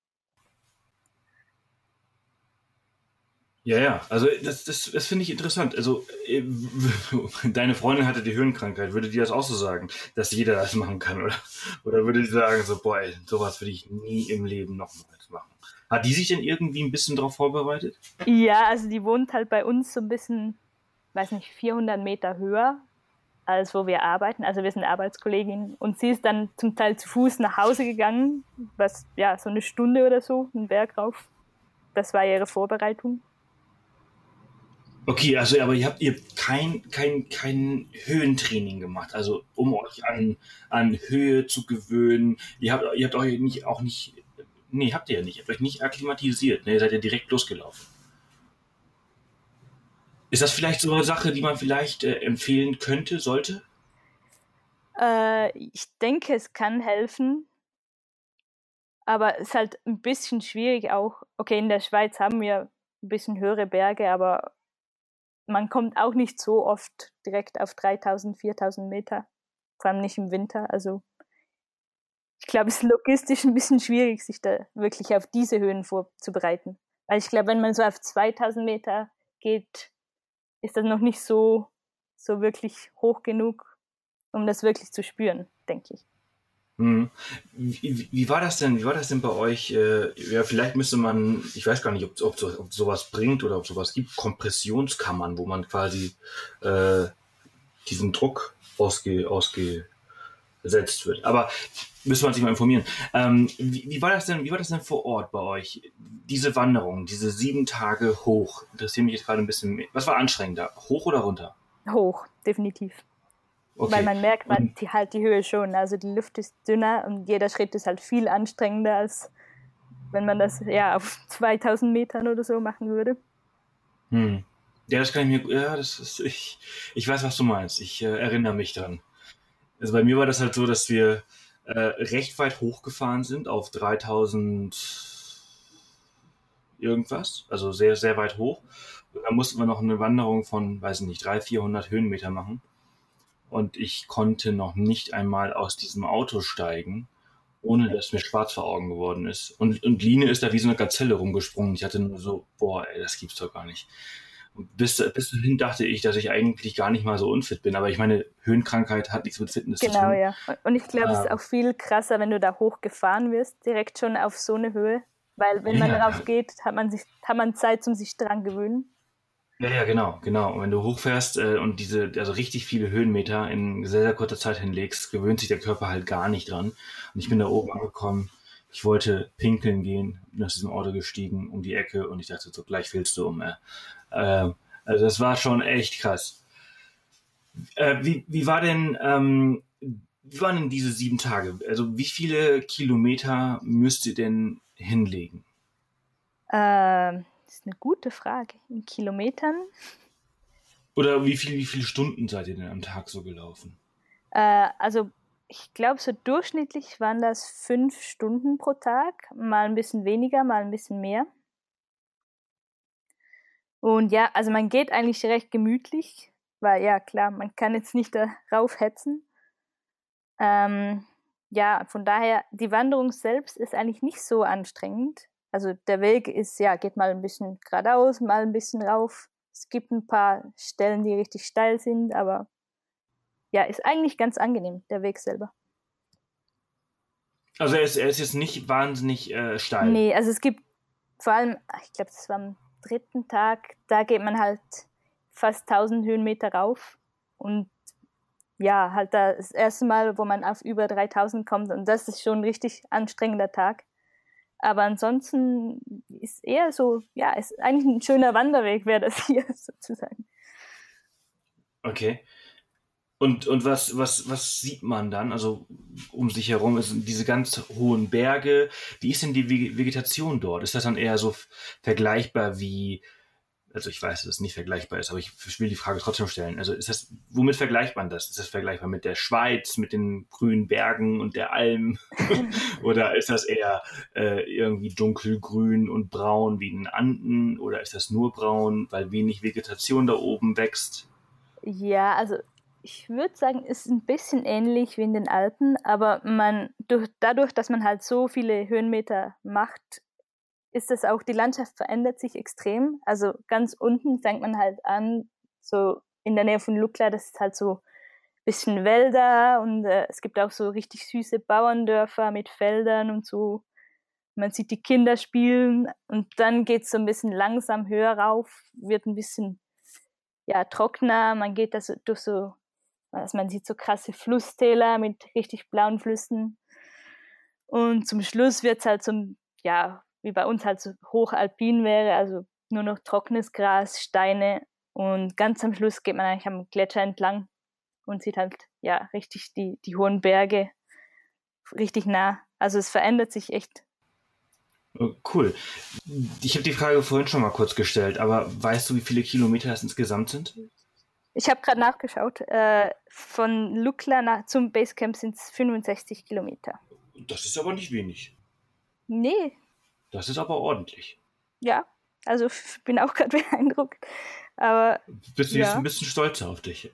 S3: Ja, ja, also das, das, das finde ich interessant. Also äh, deine Freundin hatte die Höhenkrankheit. Würde die das auch so sagen, dass jeder das machen kann? Oder, oder würde die sagen, so, boah, ey, sowas würde ich nie im Leben nochmals machen? Hat die sich denn irgendwie ein bisschen darauf vorbereitet?
S1: Ja, also die wohnt halt bei uns so ein bisschen, weiß nicht, vierhundert Meter höher, als wo wir arbeiten. Also wir sind Arbeitskolleginnen. Und sie ist dann zum Teil zu Fuß nach Hause gegangen, was, ja, so eine Stunde oder so, einen Berg rauf. Das war ihre Vorbereitung.
S3: Okay, also aber ihr habt ihr kein, kein, kein Höhentraining gemacht, also um euch an, an Höhe zu gewöhnen. Ihr habt, ihr habt euch nicht, auch nicht, nee, habt ihr ja nicht, ihr habt euch nicht akklimatisiert, ne? Ihr seid ja direkt losgelaufen. Ist das vielleicht so eine Sache, die man vielleicht äh, empfehlen könnte, sollte?
S1: Äh, ich denke, es kann helfen, aber es ist halt ein bisschen schwierig auch. Okay, in der Schweiz haben wir ein bisschen höhere Berge, aber man kommt auch nicht so oft direkt auf dreitausend, viertausend Meter, vor allem nicht im Winter. Also ich glaube, es ist logistisch ein bisschen schwierig, sich da wirklich auf diese Höhen vorzubereiten. Weil ich glaube, wenn man so auf zweitausend Meter geht, ist das noch nicht so, so wirklich hoch genug, um das wirklich zu spüren, denke ich.
S3: Hm. Wie, wie war das denn, wie war das denn bei euch? Äh, ja, vielleicht müsste man, ich weiß gar nicht, ob, ob, so, ob sowas bringt oder ob sowas gibt, Kompressionskammern, wo man quasi äh, diesen Druck ausge, ausgesetzt wird. Aber müsste man sich mal informieren. Ähm, wie, wie war das denn, wie war das denn vor Ort bei euch? Diese Wanderung, diese sieben Tage hoch, interessiert mich jetzt gerade ein bisschen mehr. Was war anstrengender? Hoch oder runter?
S1: Hoch, definitiv.
S3: Okay.
S1: Weil man merkt man
S3: Und,
S1: die, halt die Höhe schon. Also die Luft ist dünner und jeder Schritt ist halt viel anstrengender, als wenn man das ja auf zweitausend Metern oder so machen würde.
S3: hm. Ja, das kann ich mir, ja, das ist, ich, ich weiß, was du meinst. Ich äh, erinnere mich dran. Also bei mir war das halt so, dass wir äh, recht weit hochgefahren sind auf dreitausend irgendwas, also sehr, sehr weit hoch. Und dann mussten wir noch eine Wanderung von, weiß ich nicht, dreihundert, vierhundert Höhenmeter machen. Und ich konnte noch nicht einmal aus diesem Auto steigen, ohne dass mir schwarz vor Augen geworden ist. Und, und Line ist da wie so eine Gazelle rumgesprungen. Ich hatte nur so, boah, ey, das gibt's doch gar nicht. Und bis, bis dahin dachte ich, dass ich eigentlich gar nicht mal so unfit bin. Aber ich meine, Höhenkrankheit hat nichts mit Fitness
S1: genau,
S3: zu tun.
S1: Genau, ja. Und ich glaube, es
S3: Ah.
S1: ist auch viel krasser, wenn du da hochgefahren wirst, direkt schon auf so eine Höhe. Weil wenn man
S3: Ja.
S1: darauf geht, hat man, sich, hat man Zeit, um sich dran gewöhnen.
S3: Ja, ja, genau, genau. Und wenn du hochfährst äh, und diese, also richtig viele Höhenmeter in sehr, sehr kurzer Zeit hinlegst, gewöhnt sich der Körper halt gar nicht dran. Und ich bin da oben angekommen, ich wollte pinkeln gehen, bin aus diesem Auto gestiegen um die Ecke und ich dachte so, gleich fällst du um. Äh. Äh, also das war schon echt krass. Äh, wie, wie war denn, ähm, wie waren denn diese sieben Tage? Also wie viele Kilometer müsst ihr denn hinlegen?
S1: Ähm, das ist eine gute Frage. In Kilometern?
S3: Oder wie viel, wie viele Stunden seid ihr denn am Tag so gelaufen?
S1: Äh, also ich glaube, so durchschnittlich waren das fünf Stunden pro Tag. Mal ein bisschen weniger, mal ein bisschen mehr. Und ja, also man geht eigentlich recht gemütlich, weil ja klar, man kann jetzt nicht darauf hetzen. Ähm, ja, von daher, die Wanderung selbst ist eigentlich nicht so anstrengend. Also der Weg ist, ja, geht mal ein bisschen geradeaus, mal ein bisschen rauf. Es gibt ein paar Stellen, die richtig steil sind, aber ja, ist eigentlich ganz angenehm, der Weg selber.
S3: Also er ist, er ist jetzt nicht wahnsinnig äh, steil.
S1: Nee, also es gibt vor allem, ich glaube, das war am dritten Tag, da geht man halt fast tausend Höhenmeter rauf und ja, halt das erste Mal, wo man auf über dreitausend kommt und das ist schon ein richtig anstrengender Tag. Aber ansonsten ist eher so, ja, ist eigentlich ein schöner Wanderweg, wäre das hier sozusagen.
S3: Okay. Und, und was, was, was sieht man dann? Also um sich herum sind diese ganz hohen Berge. Wie ist denn die Vegetation dort? Ist das dann eher so vergleichbar wie, also ich weiß, dass es nicht vergleichbar ist, aber ich will die Frage trotzdem stellen. Also ist das, womit vergleicht man das? Ist das vergleichbar mit der Schweiz, mit den grünen Bergen und der Alm? Oder ist das eher äh, irgendwie dunkelgrün und braun wie in den Anden? Oder ist das nur braun, weil wenig Vegetation da oben wächst?
S1: Ja, also ich würde sagen, es ist ein bisschen ähnlich wie in den Alpen, aber man durch, dadurch, dass man halt so viele Höhenmeter macht, ist das auch, die Landschaft verändert sich extrem. Also ganz unten fängt man halt an, so in der Nähe von Lukla, das ist halt so ein bisschen Wälder und äh, es gibt auch so richtig süße Bauerndörfer mit Feldern und so. Man sieht die Kinder spielen und dann geht es so ein bisschen langsam höher rauf, wird ein bisschen ja, trockener, man geht da so durch so, also man sieht so krasse Flusstäler mit richtig blauen Flüssen und zum Schluss wird es halt so, ja, wie bei uns halt so hochalpin wäre, also nur noch trockenes Gras, Steine und ganz am Schluss geht man eigentlich am Gletscher entlang und sieht halt, ja, richtig die, die hohen Berge richtig nah. Also es verändert sich echt.
S3: Cool. Ich habe die Frage vorhin schon mal kurz gestellt, aber weißt du, wie viele Kilometer das insgesamt sind?
S1: Ich habe gerade nachgeschaut. Äh, von Lukla nach, zum Basecamp sind es fünfundsechzig Kilometer.
S3: Das ist aber nicht wenig.
S1: Nee.
S3: Das ist aber ordentlich.
S1: Ja, also ich bin auch gerade beeindruckt. Aber
S3: bist du
S1: ja.
S3: jetzt ein bisschen stolzer auf dich?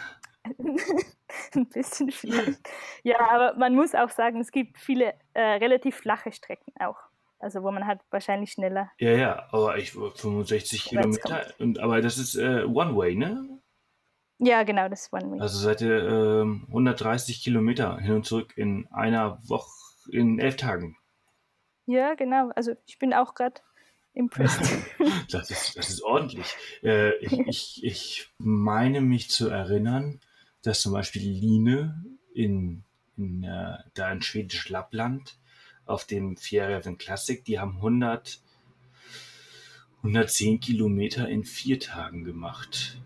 S1: Ein bisschen vielleicht. Ja, aber man muss auch sagen, es gibt viele äh, relativ flache Strecken auch. Also wo man halt wahrscheinlich schneller.
S3: Ja, ja, aber ich fünfundsechzig Kilometer. Und, aber das ist äh, One Way, ne?
S1: Ja, genau, das ist One Way.
S3: Also seid ihr ähm, hundertdreißig Kilometer hin und zurück in einer Woche, in elf Tagen.
S1: Ja, genau. Also ich bin auch gerade impressed.
S3: das, ist, das ist ordentlich. Äh, ich, ich, ich meine mich zu erinnern, dass zum Beispiel Line in, in äh, da in schwedisch Lappland auf dem Fjällräven Classic, die haben hundert, hundertzehn Kilometer in vier Tagen gemacht.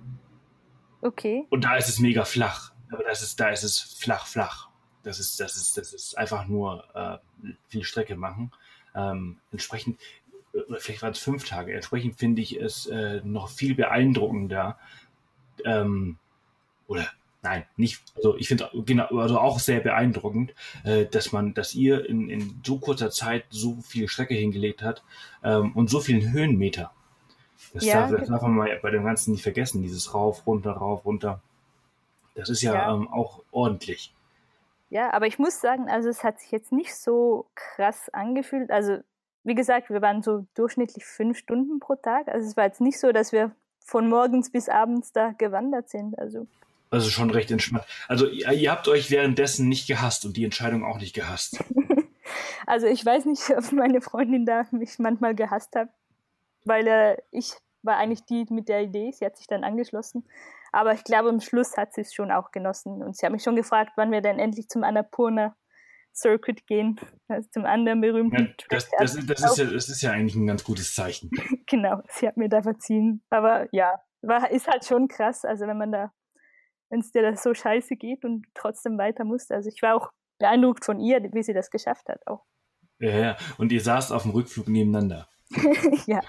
S1: Okay.
S3: Und da ist es mega flach. Aber das ist, da ist es flach, flach. Das ist, das ist, das ist einfach nur äh, viel Strecke machen. Ähm, entsprechend, oder vielleicht waren es fünf Tage. Entsprechend finde ich es äh, noch viel beeindruckender. Ähm, oder nein, nicht. Also ich finde genau, also auch sehr beeindruckend, äh, dass man, dass ihr in, in so kurzer Zeit so viel Strecke hingelegt hat ähm, und so vielen Höhenmeter. Das,
S1: Ja,
S3: darf, das
S1: genau.
S3: darf man mal bei dem Ganzen nicht vergessen. Dieses rauf, runter, rauf, runter. Das ist ja,
S1: Ja.
S3: Ähm, auch ordentlich.
S1: Ja, aber ich muss sagen, also es hat sich jetzt nicht so krass angefühlt. Also wie gesagt, wir waren so durchschnittlich fünf Stunden pro Tag. Also es war jetzt nicht so, dass wir von morgens bis abends da gewandert sind. Also,
S3: Also schon recht entspannt. Also ihr, ihr habt euch währenddessen nicht gehasst und die Entscheidung auch nicht gehasst.
S1: also ich weiß nicht, ob meine Freundin da mich manchmal gehasst hat, weil äh, ich war eigentlich die mit der Idee. Sie hat sich dann angeschlossen. Aber ich glaube, am Schluss hat sie es schon auch genossen. Und sie hat mich schon gefragt, wann wir denn endlich zum Annapurna Circuit gehen, also zum anderen berühmten
S3: Ja, das, das, das, das, ist ja, das ist ja eigentlich ein ganz gutes Zeichen.
S1: Genau, sie hat mir da verziehen. Aber ja, war, ist halt schon krass, also wenn man da, wenn es dir da so scheiße geht und trotzdem weiter musst. Also ich war auch beeindruckt von ihr, wie sie das geschafft hat auch.
S3: Ja, ja. Und ihr saßt auf dem Rückflug nebeneinander.
S1: Ja.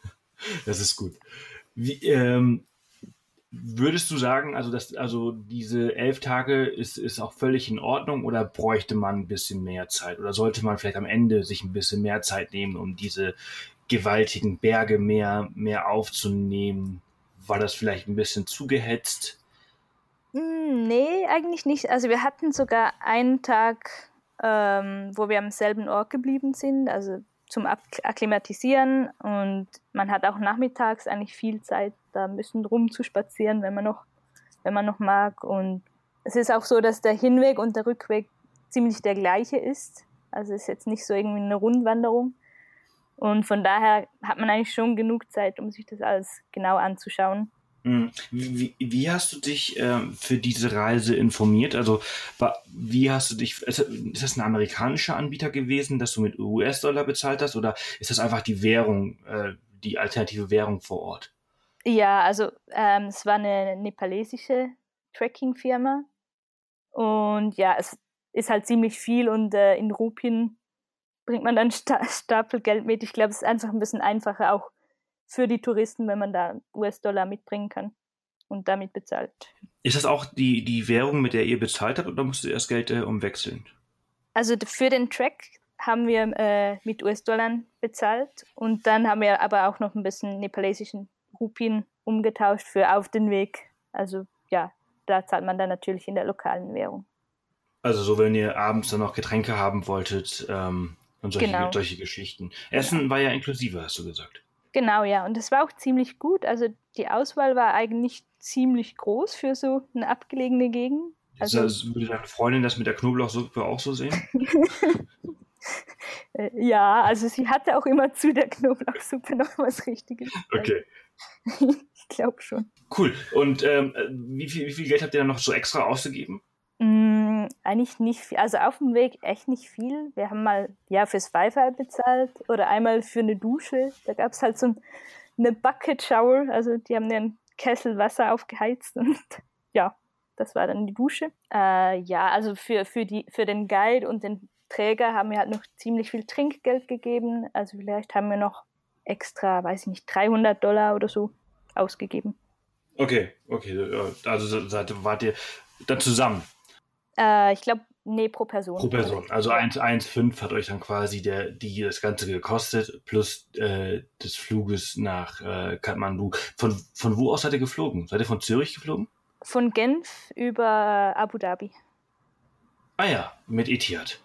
S3: Das ist gut. Wie, ähm, würdest du sagen, also, das, also diese elf Tage ist, ist auch völlig in Ordnung oder bräuchte man ein bisschen mehr Zeit? Oder sollte man vielleicht am Ende sich ein bisschen mehr Zeit nehmen, um diese gewaltigen Berge mehr, mehr aufzunehmen? War das vielleicht ein bisschen zugehetzt?
S1: Mm, nee, eigentlich nicht. Also wir hatten sogar einen Tag, ähm, wo wir am selben Ort geblieben sind, also zum Akklimatisieren, und man hat auch nachmittags eigentlich viel Zeit, da ein bisschen rumzuspazieren, wenn man noch, wenn man noch mag. Und es ist auch so, dass der Hinweg und der Rückweg ziemlich der gleiche ist. Also es ist jetzt nicht so irgendwie eine Rundwanderung. Und von daher hat man eigentlich schon genug Zeit, um sich das alles genau anzuschauen.
S3: Wie, wie hast du dich ähm, für diese Reise informiert? Also wie hast du dich, ist das ein amerikanischer Anbieter gewesen, dass du mit U S-Dollar bezahlt hast, oder ist das einfach die Währung, äh, die alternative Währung vor Ort?
S1: Ja, also ähm, es war eine nepalesische Tracking-Firma und ja, es ist halt ziemlich viel und äh, in Rupien bringt man dann Sta- Stapel Geld mit. Ich glaube, es ist einfach ein bisschen einfacher auch für die Touristen, wenn man da U S-Dollar mitbringen kann und damit bezahlt.
S3: Ist das auch die, die Währung, mit der ihr bezahlt habt, oder musst du erst Geld äh, umwechseln?
S1: Also für den Track haben wir äh, mit U S-Dollar bezahlt und dann haben wir aber auch noch ein bisschen nepalesischen Rupien umgetauscht für auf den Weg. Also ja, da zahlt man dann natürlich in der lokalen Währung.
S3: Also so, wenn ihr abends dann noch Getränke haben wolltet ähm, und solche,
S1: genau.
S3: solche Geschichten. Essen genau. war ja inklusive, hast du gesagt.
S1: Genau, ja. Und das war auch ziemlich gut. Also die Auswahl war eigentlich ziemlich groß für so eine abgelegene Gegend.
S3: Also, also würde deine Freundin das mit der Knoblauchsuppe auch so sehen?
S1: Ja, also sie hatte auch immer zu der Knoblauchsuppe noch was Richtiges.
S3: Okay.
S1: Ich glaube schon.
S3: Cool. Und ähm, wie, viel, wie viel Geld habt ihr dann noch so extra ausgegeben?
S1: Mm, eigentlich nicht viel. Also auf dem Weg echt nicht viel. Wir haben mal ja fürs Wi-Fi bezahlt oder einmal für eine Dusche. Da gab es halt so ein, eine Bucket Shower. Also die haben einen Kessel Wasser aufgeheizt und ja, das war dann die Dusche. Äh, ja, also für, für, die, für den Guide und den Träger haben wir halt noch ziemlich viel Trinkgeld gegeben. Also vielleicht haben wir noch extra, weiß ich nicht, dreihundert Dollar oder so ausgegeben.
S3: Okay, okay. Also seid, wart ihr dann zusammen?
S1: Äh, ich glaube, nee, pro Person.
S3: Pro Person. Also eins Komma fünfzehn hat euch dann quasi der, die, das Ganze gekostet, plus äh, des Fluges nach äh, Kathmandu. Von, von wo aus seid ihr geflogen? Seid ihr von Zürich geflogen?
S1: Von Genf über Abu Dhabi.
S3: Ah ja, mit Etihad.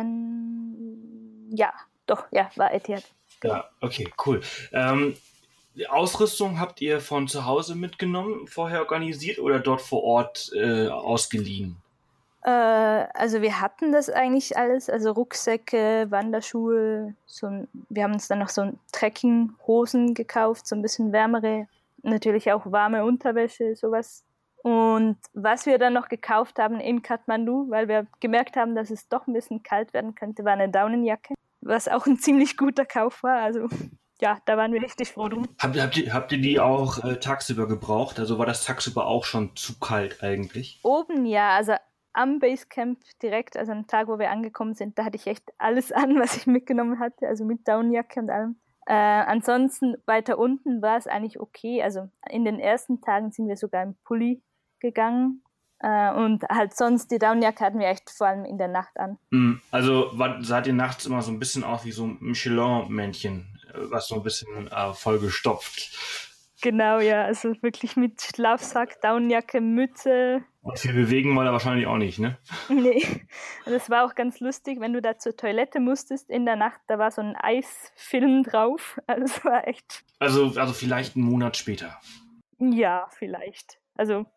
S1: Ähm, ja, doch, ja, war Etihad.
S3: Ja, okay, cool. Ähm, Die Ausrüstung habt ihr von zu Hause mitgenommen, vorher organisiert oder dort vor Ort äh, ausgeliehen?
S1: Äh, also wir hatten das eigentlich alles, also Rucksäcke, Wanderschuhe, so ein, wir haben uns dann noch so ein Trekkinghosen gekauft, so ein bisschen wärmere, natürlich auch warme Unterwäsche, sowas. Und was wir dann noch gekauft haben in Kathmandu, weil wir gemerkt haben, dass es doch ein bisschen kalt werden könnte, war eine Daunenjacke, was auch ein ziemlich guter Kauf war, also ja, da waren wir richtig froh drum.
S3: Habt, habt, ihr, habt ihr die auch äh, tagsüber gebraucht? Also war das tagsüber auch schon zu kalt eigentlich?
S1: Oben ja, also am Basecamp direkt, also am Tag, wo wir angekommen sind, da hatte ich echt alles an, was ich mitgenommen hatte, also mit Daunenjacke und allem. Äh, ansonsten weiter unten war es eigentlich okay, also in den ersten Tagen sind wir sogar im Pulli gegangen. Äh, und halt sonst, die Daunenjacke hatten wir echt vor allem in der Nacht an.
S3: Also war, seid ihr nachts immer so ein bisschen aus wie so ein Michelin-Männchen, was so ein bisschen äh, vollgestopft.
S1: Genau, ja, also wirklich mit Schlafsack, Daunenjacke, Mütze.
S3: Und viel bewegen wollte er wahrscheinlich auch nicht, ne?
S1: Nee, das war auch ganz lustig, wenn du da zur Toilette musstest in der Nacht, da war so ein Eisfilm drauf, also es war echt...
S3: Also, also vielleicht einen Monat später.
S1: Ja, vielleicht. Also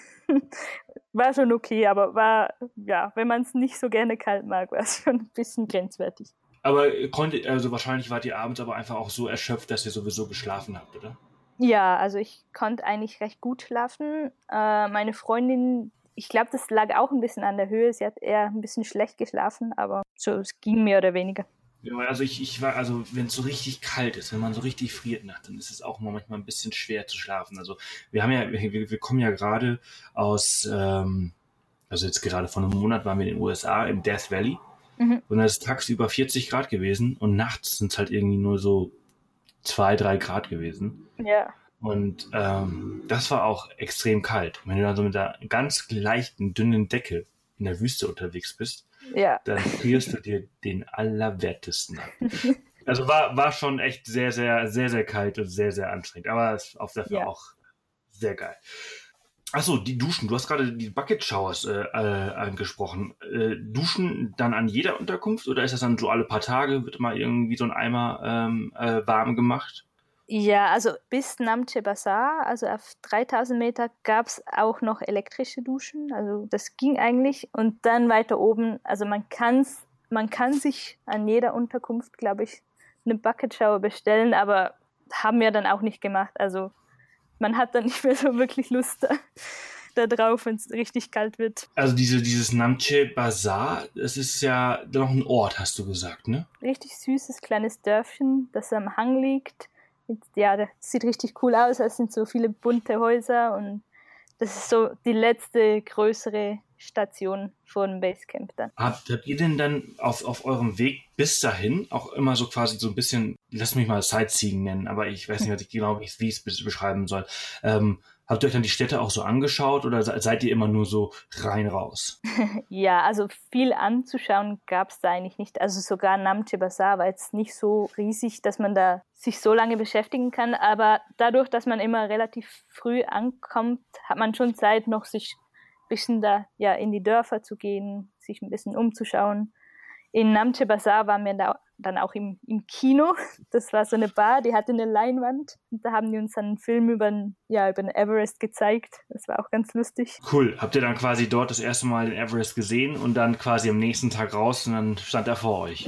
S1: war schon okay, aber war, ja, wenn man es nicht so gerne kalt mag, war es schon ein bisschen grenzwertig.
S3: Aber konnte, also wahrscheinlich wart ihr abends aber einfach auch so erschöpft, dass ihr sowieso geschlafen habt, oder?
S1: Ja, also ich konnte eigentlich recht gut schlafen. Äh, meine Freundin, ich glaube, das lag auch ein bisschen an der Höhe. Sie hat eher ein bisschen schlecht geschlafen, aber so, es ging mehr oder weniger.
S3: Ja, also ich, ich war, also wenn es so richtig kalt ist, wenn man so richtig friert nachts, dann ist es auch manchmal ein bisschen schwer zu schlafen. Also wir haben ja, wir, wir kommen ja gerade aus, ähm, also jetzt gerade vor einem Monat waren wir in den U S A im Death Valley. Mhm. Und da ist tagsüber vierzig Grad gewesen und nachts sind es halt irgendwie nur so zwei, drei Grad gewesen.
S1: Ja.
S3: Und ähm, das war auch extrem kalt. Wenn du dann so mit einer ganz leichten, dünnen Decke in der Wüste unterwegs bist,
S1: ja.
S3: dann frierst du dir den Allerwertesten ab. Also war, war schon echt sehr, sehr, sehr, sehr kalt und sehr, sehr anstrengend. Aber es ist auch dafür ja. auch sehr geil. Achso, die Duschen. Du hast gerade die Bucket Showers äh, äh, angesprochen. Äh, Duschen dann an jeder Unterkunft oder ist das dann so alle paar Tage, wird mal irgendwie so ein Eimer ähm, äh, warm gemacht?
S1: Ja, also bis Namche Bazaar, also auf dreitausend Meter, gab es auch noch elektrische Duschen. Also das ging eigentlich. Und dann weiter oben, also man kann's, man kann sich an jeder Unterkunft, glaube ich, eine Bucket Shower bestellen, aber haben wir dann auch nicht gemacht. Also man hat dann nicht mehr so wirklich Lust da, da drauf, wenn es richtig kalt wird.
S3: Also diese, dieses Namche Bazaar, das ist ja noch ein Ort, hast du gesagt, ne?
S1: Richtig süßes kleines Dörfchen, das am Hang liegt. Ja, das sieht richtig cool aus. Es sind so viele bunte Häuser und das ist so die letzte größere Station vor dem Basecamp dann.
S3: Habt, habt ihr denn dann auf, auf eurem Weg bis dahin auch immer so quasi so ein bisschen, lass mich mal Sightseeing nennen, aber ich weiß nicht, was ich genau, wie ich es beschreiben soll. Ähm, habt ihr euch dann die Städte auch so angeschaut oder seid ihr immer nur so rein raus?
S1: Ja, also viel anzuschauen gab es da eigentlich nicht. Also sogar Namche Bazaar war jetzt nicht so riesig, dass man da sich so lange beschäftigen kann. Aber dadurch, dass man immer relativ früh ankommt, hat man schon Zeit, noch sich ein bisschen da ja in die Dörfer zu gehen, sich ein bisschen umzuschauen. In Namche Bazaar waren wir da dann auch im, im Kino. Das war so eine Bar, die hatte eine Leinwand. Und da haben die uns dann einen Film über den, ja, über den Everest gezeigt. Das war auch ganz lustig.
S3: Cool. Habt ihr dann quasi dort das erste Mal den Everest gesehen und dann quasi am nächsten Tag raus und dann stand er vor euch?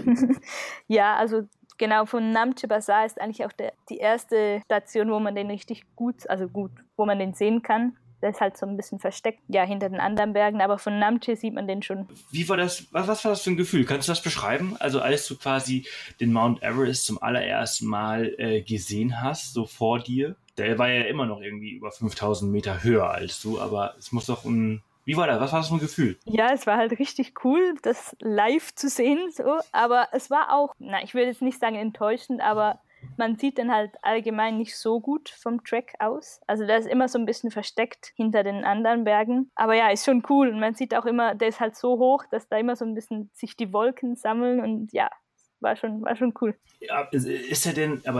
S1: Ja, also genau, von Namche Bazaar ist eigentlich auch der, die erste Station, wo man den richtig gut, also gut, wo man den sehen kann. Der ist halt so ein bisschen versteckt, ja, hinter den anderen Bergen, aber von Namche sieht man den schon.
S3: Wie war das, was, was war das für ein Gefühl? Kannst du das beschreiben? Also als du quasi den Mount Everest zum allerersten Mal äh, gesehen hast, so vor dir, der war ja immer noch irgendwie über fünftausend Meter höher als du, aber es muss doch ein, wie war das? Was war das für ein Gefühl?
S1: Ja, es war halt richtig cool, das live zu sehen, so, aber es war auch, na, ich würde jetzt nicht sagen enttäuschend, aber man sieht den halt allgemein nicht so gut vom Track aus. Also der ist immer so ein bisschen versteckt hinter den anderen Bergen. Aber ja, ist schon cool. Und man sieht auch immer, der ist halt so hoch, dass da immer so ein bisschen sich die Wolken sammeln. Und ja, war schon, war schon cool.
S3: Ja, ist er denn, aber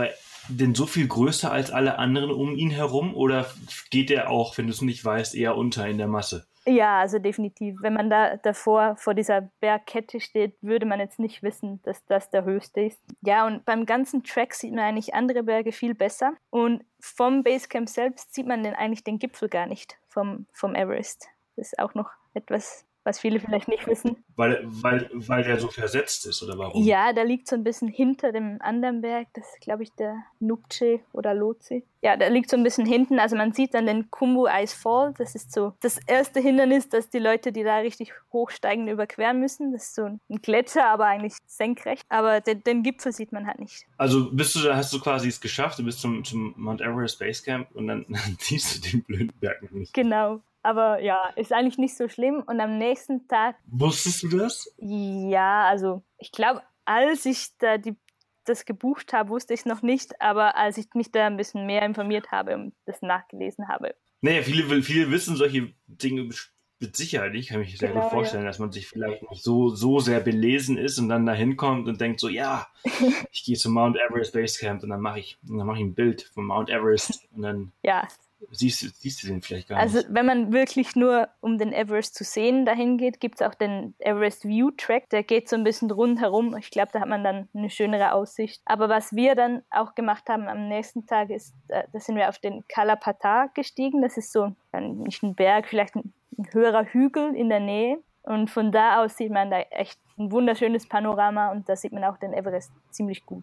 S3: denn so viel größer als alle anderen um ihn herum oder geht er auch, wenn du es nicht weißt, eher unter in der Masse?
S1: Ja, also definitiv. Wenn man da davor vor dieser Bergkette steht, würde man jetzt nicht wissen, dass das der höchste ist. Ja, und beim ganzen Track sieht man eigentlich andere Berge viel besser. Und vom Basecamp selbst sieht man den, eigentlich den Gipfel gar nicht vom, vom Everest. Das ist auch noch etwas, was viele vielleicht nicht wissen.
S3: Weil, weil, weil der so versetzt ist, oder warum?
S1: Ja, der liegt so ein bisschen hinter dem anderen Berg. Das ist, glaube ich, der Nuptse oder Lhotse. Ja, der liegt so ein bisschen hinten. Also man sieht dann den Khumbu Ice Fall. Das ist so das erste Hindernis, das die Leute, die da richtig hochsteigen, überqueren müssen. Das ist so ein Gletscher, aber eigentlich senkrecht. Aber den, den Gipfel sieht man halt nicht.
S3: Also bist du, da hast du quasi es geschafft. Du bist zum, zum Mount Everest Basecamp und dann, dann siehst du den blöden Berg noch nicht.
S1: Genau. Aber ja, ist eigentlich nicht so schlimm. Und am nächsten Tag...
S3: Wusstest du das?
S1: Ja, also ich glaube, als ich da die, das gebucht habe, wusste ich es noch nicht. Aber als ich mich da ein bisschen mehr informiert habe und das nachgelesen habe.
S3: Naja, viele, viele wissen solche Dinge mit Sicherheit. Ich kann mich sehr
S1: Genau,
S3: gut vorstellen,
S1: ja.
S3: dass man sich vielleicht nicht so, so sehr belesen ist und dann da hinkommt und denkt so, ja, ich gehe zum Mount Everest Basecamp und dann mache ich, dann mache ich ein Bild von Mount Everest und dann...
S1: Ja.
S3: Siehst, siehst du den vielleicht gar
S1: Also
S3: nicht?
S1: wenn man wirklich nur, um den Everest zu sehen, dahin geht, gibt es auch den Everest View Track. Der geht so ein bisschen rundherum. Ich glaube, da hat man dann eine schönere Aussicht. Aber was wir dann auch gemacht haben am nächsten Tag ist, äh, da sind wir auf den Kala Patthar gestiegen. Das ist so ein, nicht ein Berg, vielleicht ein, ein höherer Hügel in der Nähe. Und von da aus sieht man da echt ein wunderschönes Panorama und da sieht man auch den Everest ziemlich gut.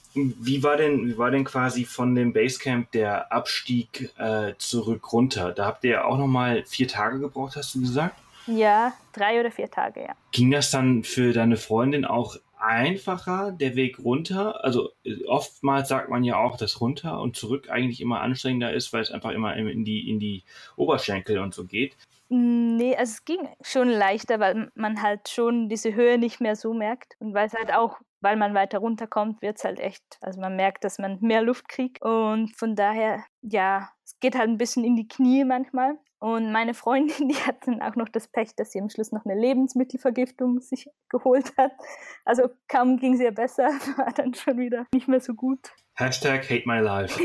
S3: Wie war denn, wie war denn quasi von dem Basecamp der Abstieg äh, zurück runter? Da habt ihr ja auch nochmal vier Tage gebraucht, hast du gesagt?
S1: Ja, drei oder vier Tage, ja.
S3: Ging das dann für deine Freundin auch einfacher, der Weg runter? Also oftmals sagt man ja auch, dass runter und zurück eigentlich immer anstrengender ist, weil es einfach immer in die, in die Oberschenkel und so geht.
S1: Nee, also es ging schon leichter, weil man halt schon diese Höhe nicht mehr so merkt. Und weil es halt auch, weil man weiter runterkommt, wird es halt echt, also man merkt, dass man mehr Luft kriegt. Und von daher, ja, es geht halt ein bisschen in die Knie manchmal. Und meine Freundin, die hat dann auch noch das Pech, dass sie am Schluss noch eine Lebensmittelvergiftung sich geholt hat. Also kaum ging es ihr besser, war dann schon wieder nicht mehr so gut.
S3: Hashtag hate my life.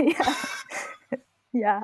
S1: Ja, ja.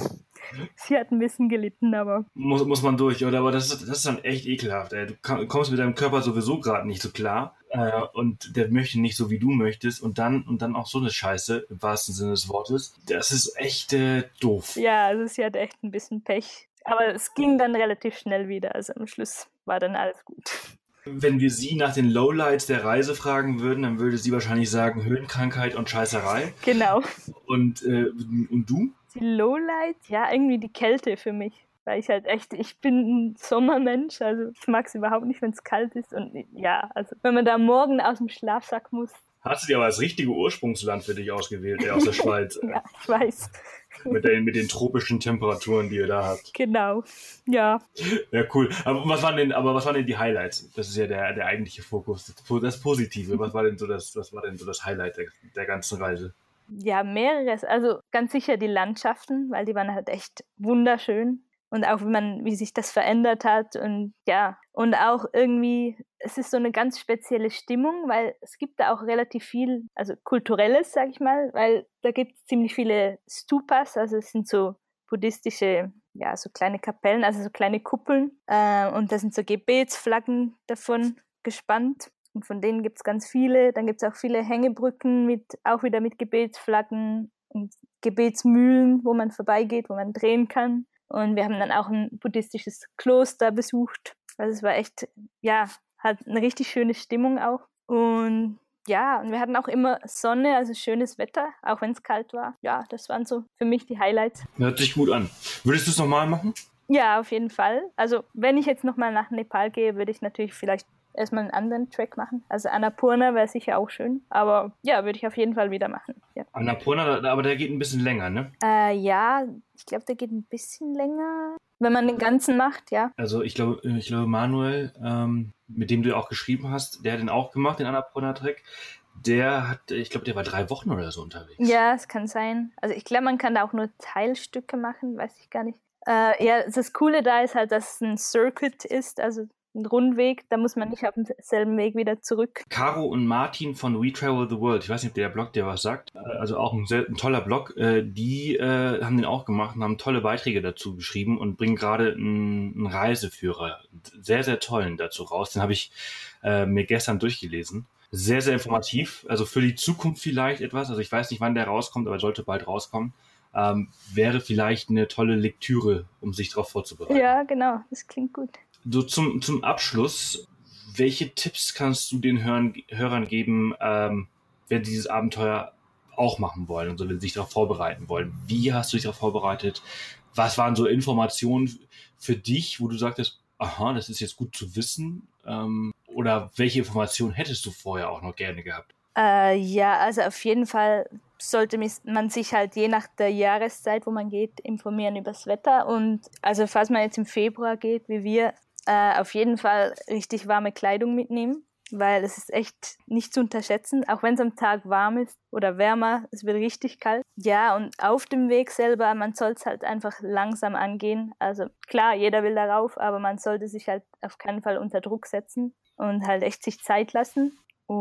S1: Sie hat ein bisschen gelitten, aber...
S3: Muss, muss man durch, oder? Aber das ist, das ist dann echt ekelhaft, ey. Du kommst mit deinem Körper sowieso gerade nicht so klar äh, und der möchte nicht so, wie du möchtest und dann und dann auch so eine Scheiße, im wahrsten Sinne des Wortes. Das ist echt äh, doof.
S1: Ja, also sie hatte echt ein bisschen Pech. Aber es ging dann relativ schnell wieder, also am Schluss war dann alles gut.
S3: Wenn wir sie nach den Lowlights der Reise fragen würden, dann würde sie wahrscheinlich sagen Höhenkrankheit und Scheißerei.
S1: Genau.
S3: Und, äh, und du?
S1: Die Lowlights? Ja, irgendwie die Kälte für mich. Weil ich halt echt, ich bin ein Sommermensch, also ich mag es überhaupt nicht, wenn es kalt ist. Und ja, also wenn man da morgen aus dem Schlafsack muss.
S3: Hast du dir aber das richtige Ursprungsland für dich ausgewählt, der aus der Schweiz.
S1: Ja, ich weiß.
S3: Mit den, mit den tropischen Temperaturen, die ihr da habt.
S1: Genau, ja.
S3: Ja, cool. Aber was waren denn, aber was waren denn die Highlights? Das ist ja der, der eigentliche Fokus, das Positive. Was war denn so das, was war denn so das Highlight der, der ganzen Reise?
S1: Ja, mehreres. Also ganz sicher die Landschaften, weil die waren halt echt wunderschön. Und auch wie man, wie sich das verändert hat und ja, und auch irgendwie, es ist so eine ganz spezielle Stimmung, weil es gibt da auch relativ viel, also kulturelles, sag ich mal, weil da gibt es ziemlich viele Stupas, also es sind so buddhistische, ja, so kleine Kapellen, also so kleine Kuppeln äh, und da sind so Gebetsflaggen davon gespannt. Und von denen gibt es ganz viele. Dann gibt es auch viele Hängebrücken, mit, auch wieder mit Gebetsflaggen und Gebetsmühlen, wo man vorbeigeht, wo man drehen kann. Und wir haben dann auch ein buddhistisches Kloster besucht. Also es war echt, ja, hat eine richtig schöne Stimmung auch. Und ja, und wir hatten auch immer Sonne, also schönes Wetter, auch wenn es kalt war. Ja, das waren so für mich die Highlights.
S3: Hört sich gut an. Würdest du es nochmal machen?
S1: Ja, auf jeden Fall. Also wenn ich jetzt nochmal nach Nepal gehe, würde ich natürlich vielleicht erstmal einen anderen Track machen. Also Annapurna wäre sicher auch schön. Aber ja, würde ich auf jeden Fall wieder machen. Ja.
S3: Annapurna, aber der geht ein bisschen länger, ne?
S1: Äh, ja, ich glaube, der geht ein bisschen länger. Wenn man den ganzen macht, ja.
S3: Also ich glaube, ich glaube Manuel, ähm, mit dem du auch geschrieben hast, der hat den auch gemacht, den Annapurna-Track. Der hat, ich glaube, der war drei Wochen oder so unterwegs.
S1: Ja, es kann sein. Also ich glaube, man kann da auch nur Teilstücke machen, weiß ich gar nicht. Äh, ja, das Coole da ist halt, dass es ein Circuit ist, also ein Rundweg, da muss man nicht auf demselben Weg wieder zurück.
S3: Caro und Martin von We Travel the World, ich weiß nicht, ob der Blog dir was sagt, also auch ein, sehr, ein toller Blog, die äh, haben den auch gemacht und haben tolle Beiträge dazu geschrieben und bringen gerade einen, einen Reiseführer, sehr, sehr tollen dazu raus. Den habe ich äh, mir gestern durchgelesen. Sehr, sehr informativ, also für die Zukunft vielleicht etwas, also ich weiß nicht, wann der rauskommt, aber sollte bald rauskommen. Ähm, wäre vielleicht eine tolle Lektüre, um sich darauf vorzubereiten.
S1: Ja, genau, das klingt gut.
S3: So zum, zum Abschluss, welche Tipps kannst du den Hörern, Hörern geben, ähm, wenn sie dieses Abenteuer auch machen wollen, also wenn sie sich darauf vorbereiten wollen? Wie hast du dich darauf vorbereitet? Was waren so Informationen für dich, wo du sagtest, aha, das ist jetzt gut zu wissen? Ähm, oder welche Informationen hättest du vorher auch noch gerne gehabt?
S1: Äh, ja, also auf jeden Fall sollte man sich halt je nach der Jahreszeit, wo man geht, informieren über das Wetter. Und also falls man jetzt im Februar geht, wie wir, äh, auf jeden Fall richtig warme Kleidung mitnehmen, weil es ist echt nicht zu unterschätzen, auch wenn es am Tag warm ist oder wärmer, es wird richtig kalt. Ja, und auf dem Weg selber, man soll es halt einfach langsam angehen. Also klar, jeder will darauf, aber man sollte sich halt auf keinen Fall unter Druck setzen und halt echt sich Zeit lassen.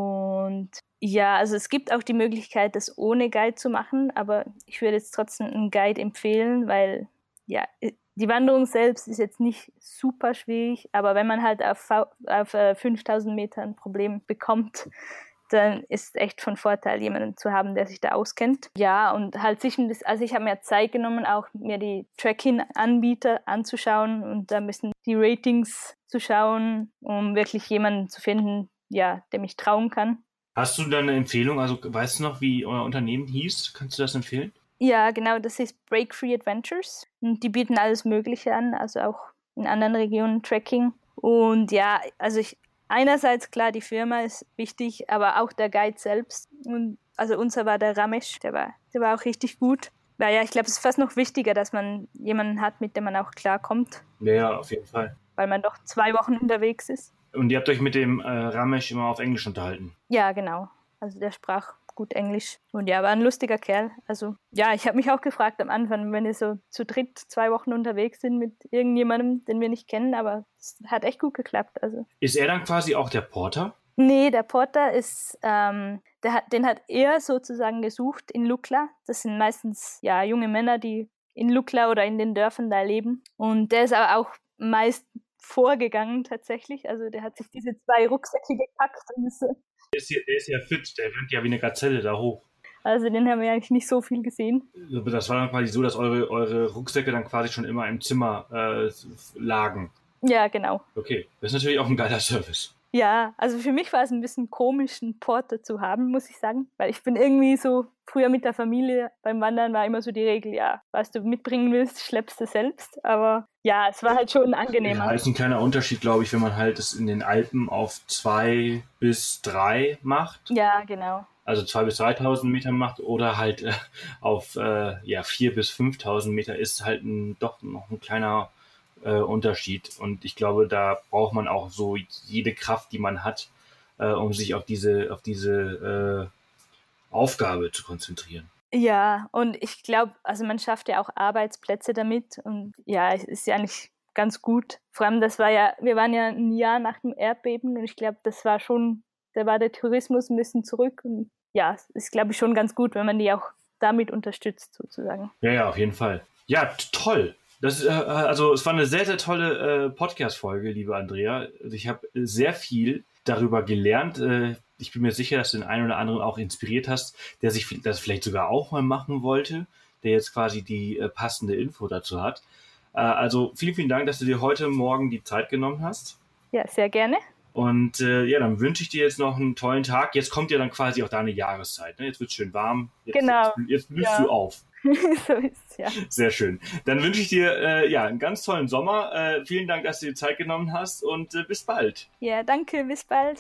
S1: Und ja, also es gibt auch die Möglichkeit, das ohne Guide zu machen, aber ich würde jetzt trotzdem einen Guide empfehlen, weil ja, die Wanderung selbst ist jetzt nicht super schwierig, aber wenn man halt auf, auf äh, fünftausend Metern ein Problem bekommt, dann ist es echt von Vorteil, jemanden zu haben, der sich da auskennt. Ja, und halt sich ein bisschen, also ich habe mir Zeit genommen, auch mir die Trekking-Anbieter anzuschauen und da ein bisschen die Ratings zu schauen, um wirklich jemanden zu finden, ja, dem ich trauen kann.
S3: Hast du da eine Empfehlung? Also weißt du noch, wie euer Unternehmen hieß? Kannst du das empfehlen?
S1: Ja, genau, das ist Break Free Adventures. Und die bieten alles Mögliche an, also auch in anderen Regionen Trekking. Und ja, also ich einerseits klar, die Firma ist wichtig, aber auch der Guide selbst. Und also unser war der Ramesh, der war, der war auch richtig gut. Weil ja, ich glaube, es ist fast noch wichtiger, dass man jemanden hat, mit dem man auch klarkommt.
S3: Ja, auf jeden Fall.
S1: Weil man doch zwei Wochen unterwegs ist.
S3: Und ihr habt euch mit dem äh, Ramesh immer auf Englisch unterhalten?
S1: Ja, genau. Also der sprach gut Englisch. Und ja, war ein lustiger Kerl. Also ja, ich habe mich auch gefragt am Anfang, wenn wir so zu dritt zwei Wochen unterwegs sind mit irgendjemandem, den wir nicht kennen, aber es hat echt gut geklappt. Also.
S3: Ist er dann quasi auch der Porter?
S1: Nee, der Porter ist, ähm, der hat, den hat er sozusagen gesucht in Lukla. Das sind meistens ja junge Männer, die in Lukla oder in den Dörfern da leben. Und der ist aber auch meist vorgegangen tatsächlich. Also der hat sich diese zwei Rucksäcke gepackt und ist so.
S3: Der ist, ja, der ist ja fit, der rennt ja wie eine Gazelle da hoch.
S1: Also den haben wir eigentlich nicht so viel gesehen.
S3: Das war dann quasi so, dass eure, eure Rucksäcke dann quasi schon immer im Zimmer äh, lagen.
S1: Ja, genau.
S3: Okay, das ist natürlich auch ein geiler Service.
S1: Ja, also für mich war es ein bisschen komisch, einen Porter zu haben, muss ich sagen. Weil ich bin irgendwie so, früher mit der Familie beim Wandern war immer so die Regel, ja, was du mitbringen willst, schleppst du selbst. Aber ja, es war halt schon angenehmer.
S3: Ja, ist ein kleiner Unterschied, glaube ich, wenn man halt es in den Alpen auf zwei bis drei macht.
S1: Ja, genau.
S3: Also zwei bis dreitausend Meter macht oder halt äh, auf äh, ja, vier bis fünftausend Meter ist halt ein, doch noch ein kleiner äh, Unterschied. Und ich glaube, da braucht man auch so jede Kraft, die man hat, äh, um sich auf diese, auf diese äh, Aufgabe zu konzentrieren.
S1: Ja, und ich glaube, also man schafft ja auch Arbeitsplätze damit und ja, es ist ja eigentlich ganz gut. Vor allem, das war ja, wir waren ja ein Jahr nach dem Erdbeben und ich glaube, das war schon, da war der Tourismus ein bisschen zurück und ja, es ist, glaube ich, schon ganz gut, wenn man die auch damit unterstützt, sozusagen.
S3: Ja, ja, auf jeden Fall. Ja, t- toll. Das ist, äh, also es war eine sehr, sehr tolle äh, Podcast-Folge, liebe Andrea. Also ich habe sehr viel darüber gelernt. Äh, ich bin mir sicher, dass du den einen oder anderen auch inspiriert hast, der sich das vielleicht sogar auch mal machen wollte, der jetzt quasi die äh, passende Info dazu hat. Äh, also vielen, vielen Dank, dass du dir heute Morgen die Zeit genommen hast.
S1: Ja, sehr gerne.
S3: Und äh, ja, dann wünsche ich dir jetzt noch einen tollen Tag. Jetzt kommt ja dann quasi auch deine Jahreszeit. Ne? Jetzt wird es schön warm. Jetzt,
S1: genau.
S3: Jetzt, jetzt blühst
S1: ja.
S3: du auf.
S1: So ist's, ja.
S3: Sehr schön. Dann wünsche ich dir äh, ja, einen ganz tollen Sommer. Äh, vielen Dank, dass du dir Zeit genommen hast und äh, bis bald.
S1: Ja, danke. Bis bald.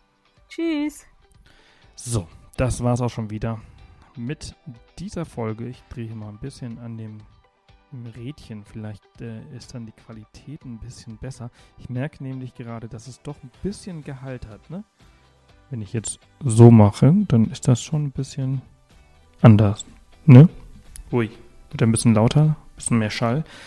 S1: Tschüss.
S2: So, das war's auch schon wieder mit dieser Folge. Ich drehe hier mal ein bisschen an dem Rädchen. Vielleicht äh, ist dann die Qualität ein bisschen besser. Ich merke nämlich gerade, dass es doch ein bisschen Gehalt hat, ne? Wenn ich jetzt so mache, dann ist das schon ein bisschen anders, ne? Ui, wird ein bisschen lauter, ein bisschen mehr Schall.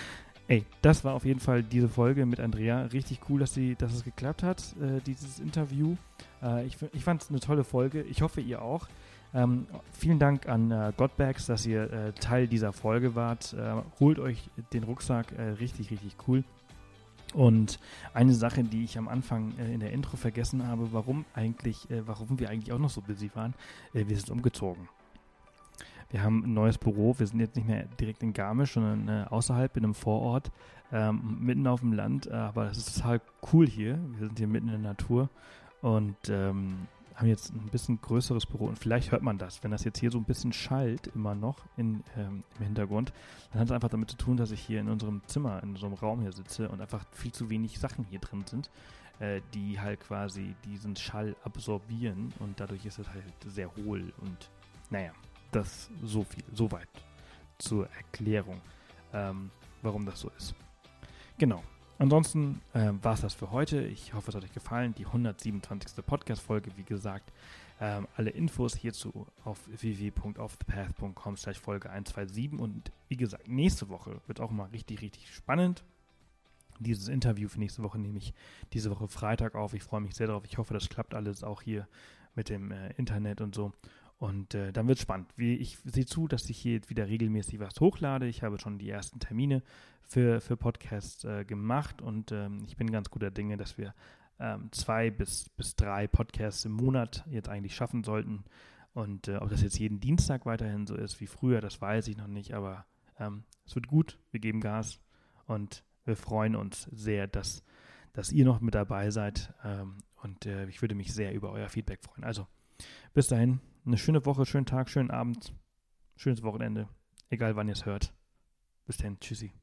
S2: Ey, das war auf jeden Fall diese Folge mit Andrea. Richtig cool, dass, sie, dass es geklappt hat, äh, dieses Interview. Äh, ich ich fand es eine tolle Folge. Ich hoffe, ihr auch. Ähm, vielen Dank an äh, Godbags, dass ihr äh, Teil dieser Folge wart. Äh, holt euch den Rucksack. Äh, richtig, richtig cool. Und eine Sache, die ich am Anfang äh, in der Intro vergessen habe, warum eigentlich, äh, warum wir eigentlich auch noch so busy waren, äh, wir sind umgezogen. Wir haben ein neues Büro, wir sind jetzt nicht mehr direkt in Garmisch, sondern äh, außerhalb in einem Vorort, ähm, mitten auf dem Land, äh, aber es ist total cool hier, wir sind hier mitten in der Natur und ähm, haben jetzt ein bisschen größeres Büro und vielleicht hört man das, wenn das jetzt hier so ein bisschen schallt, immer noch in, ähm, im Hintergrund, dann hat es einfach damit zu tun, dass ich hier in unserem Zimmer, in so einem Raum hier sitze und einfach viel zu wenig Sachen hier drin sind, äh, die halt quasi diesen Schall absorbieren und dadurch ist es halt sehr hohl und naja. Das so viel, soweit zur Erklärung, ähm, warum das so ist. Genau. Ansonsten äh, war es das für heute. Ich hoffe, es hat euch gefallen. Die hundertsiebenundzwanzigste Podcast-Folge, wie gesagt. Ähm, alle Infos hierzu auf w w w punkt off the path punkt com slash Folge hundertsiebenundzwanzig. Und wie gesagt, nächste Woche wird auch mal richtig, richtig spannend. Dieses Interview für nächste Woche nehme ich diese Woche Freitag auf. Ich freue mich sehr darauf. Ich hoffe, das klappt alles auch hier mit dem äh, Internet und so. Und äh, dann wird es spannend. Wie, ich sehe zu, dass ich hier wieder regelmäßig was hochlade. Ich habe schon die ersten Termine für, für Podcasts äh, gemacht und ähm, ich bin ganz guter Dinge, dass wir ähm, zwei bis, bis drei Podcasts im Monat jetzt eigentlich schaffen sollten. Und äh, ob das jetzt jeden Dienstag weiterhin so ist wie früher, das weiß ich noch nicht. Aber ähm, es wird gut, wir geben Gas und wir freuen uns sehr, dass, dass ihr noch mit dabei seid. Ähm, und äh, ich würde mich sehr über euer Feedback freuen. Also bis dahin. Eine schöne Woche, schönen Tag, schönen Abend, schönes Wochenende, egal wann ihr es hört. Bis dann, tschüssi.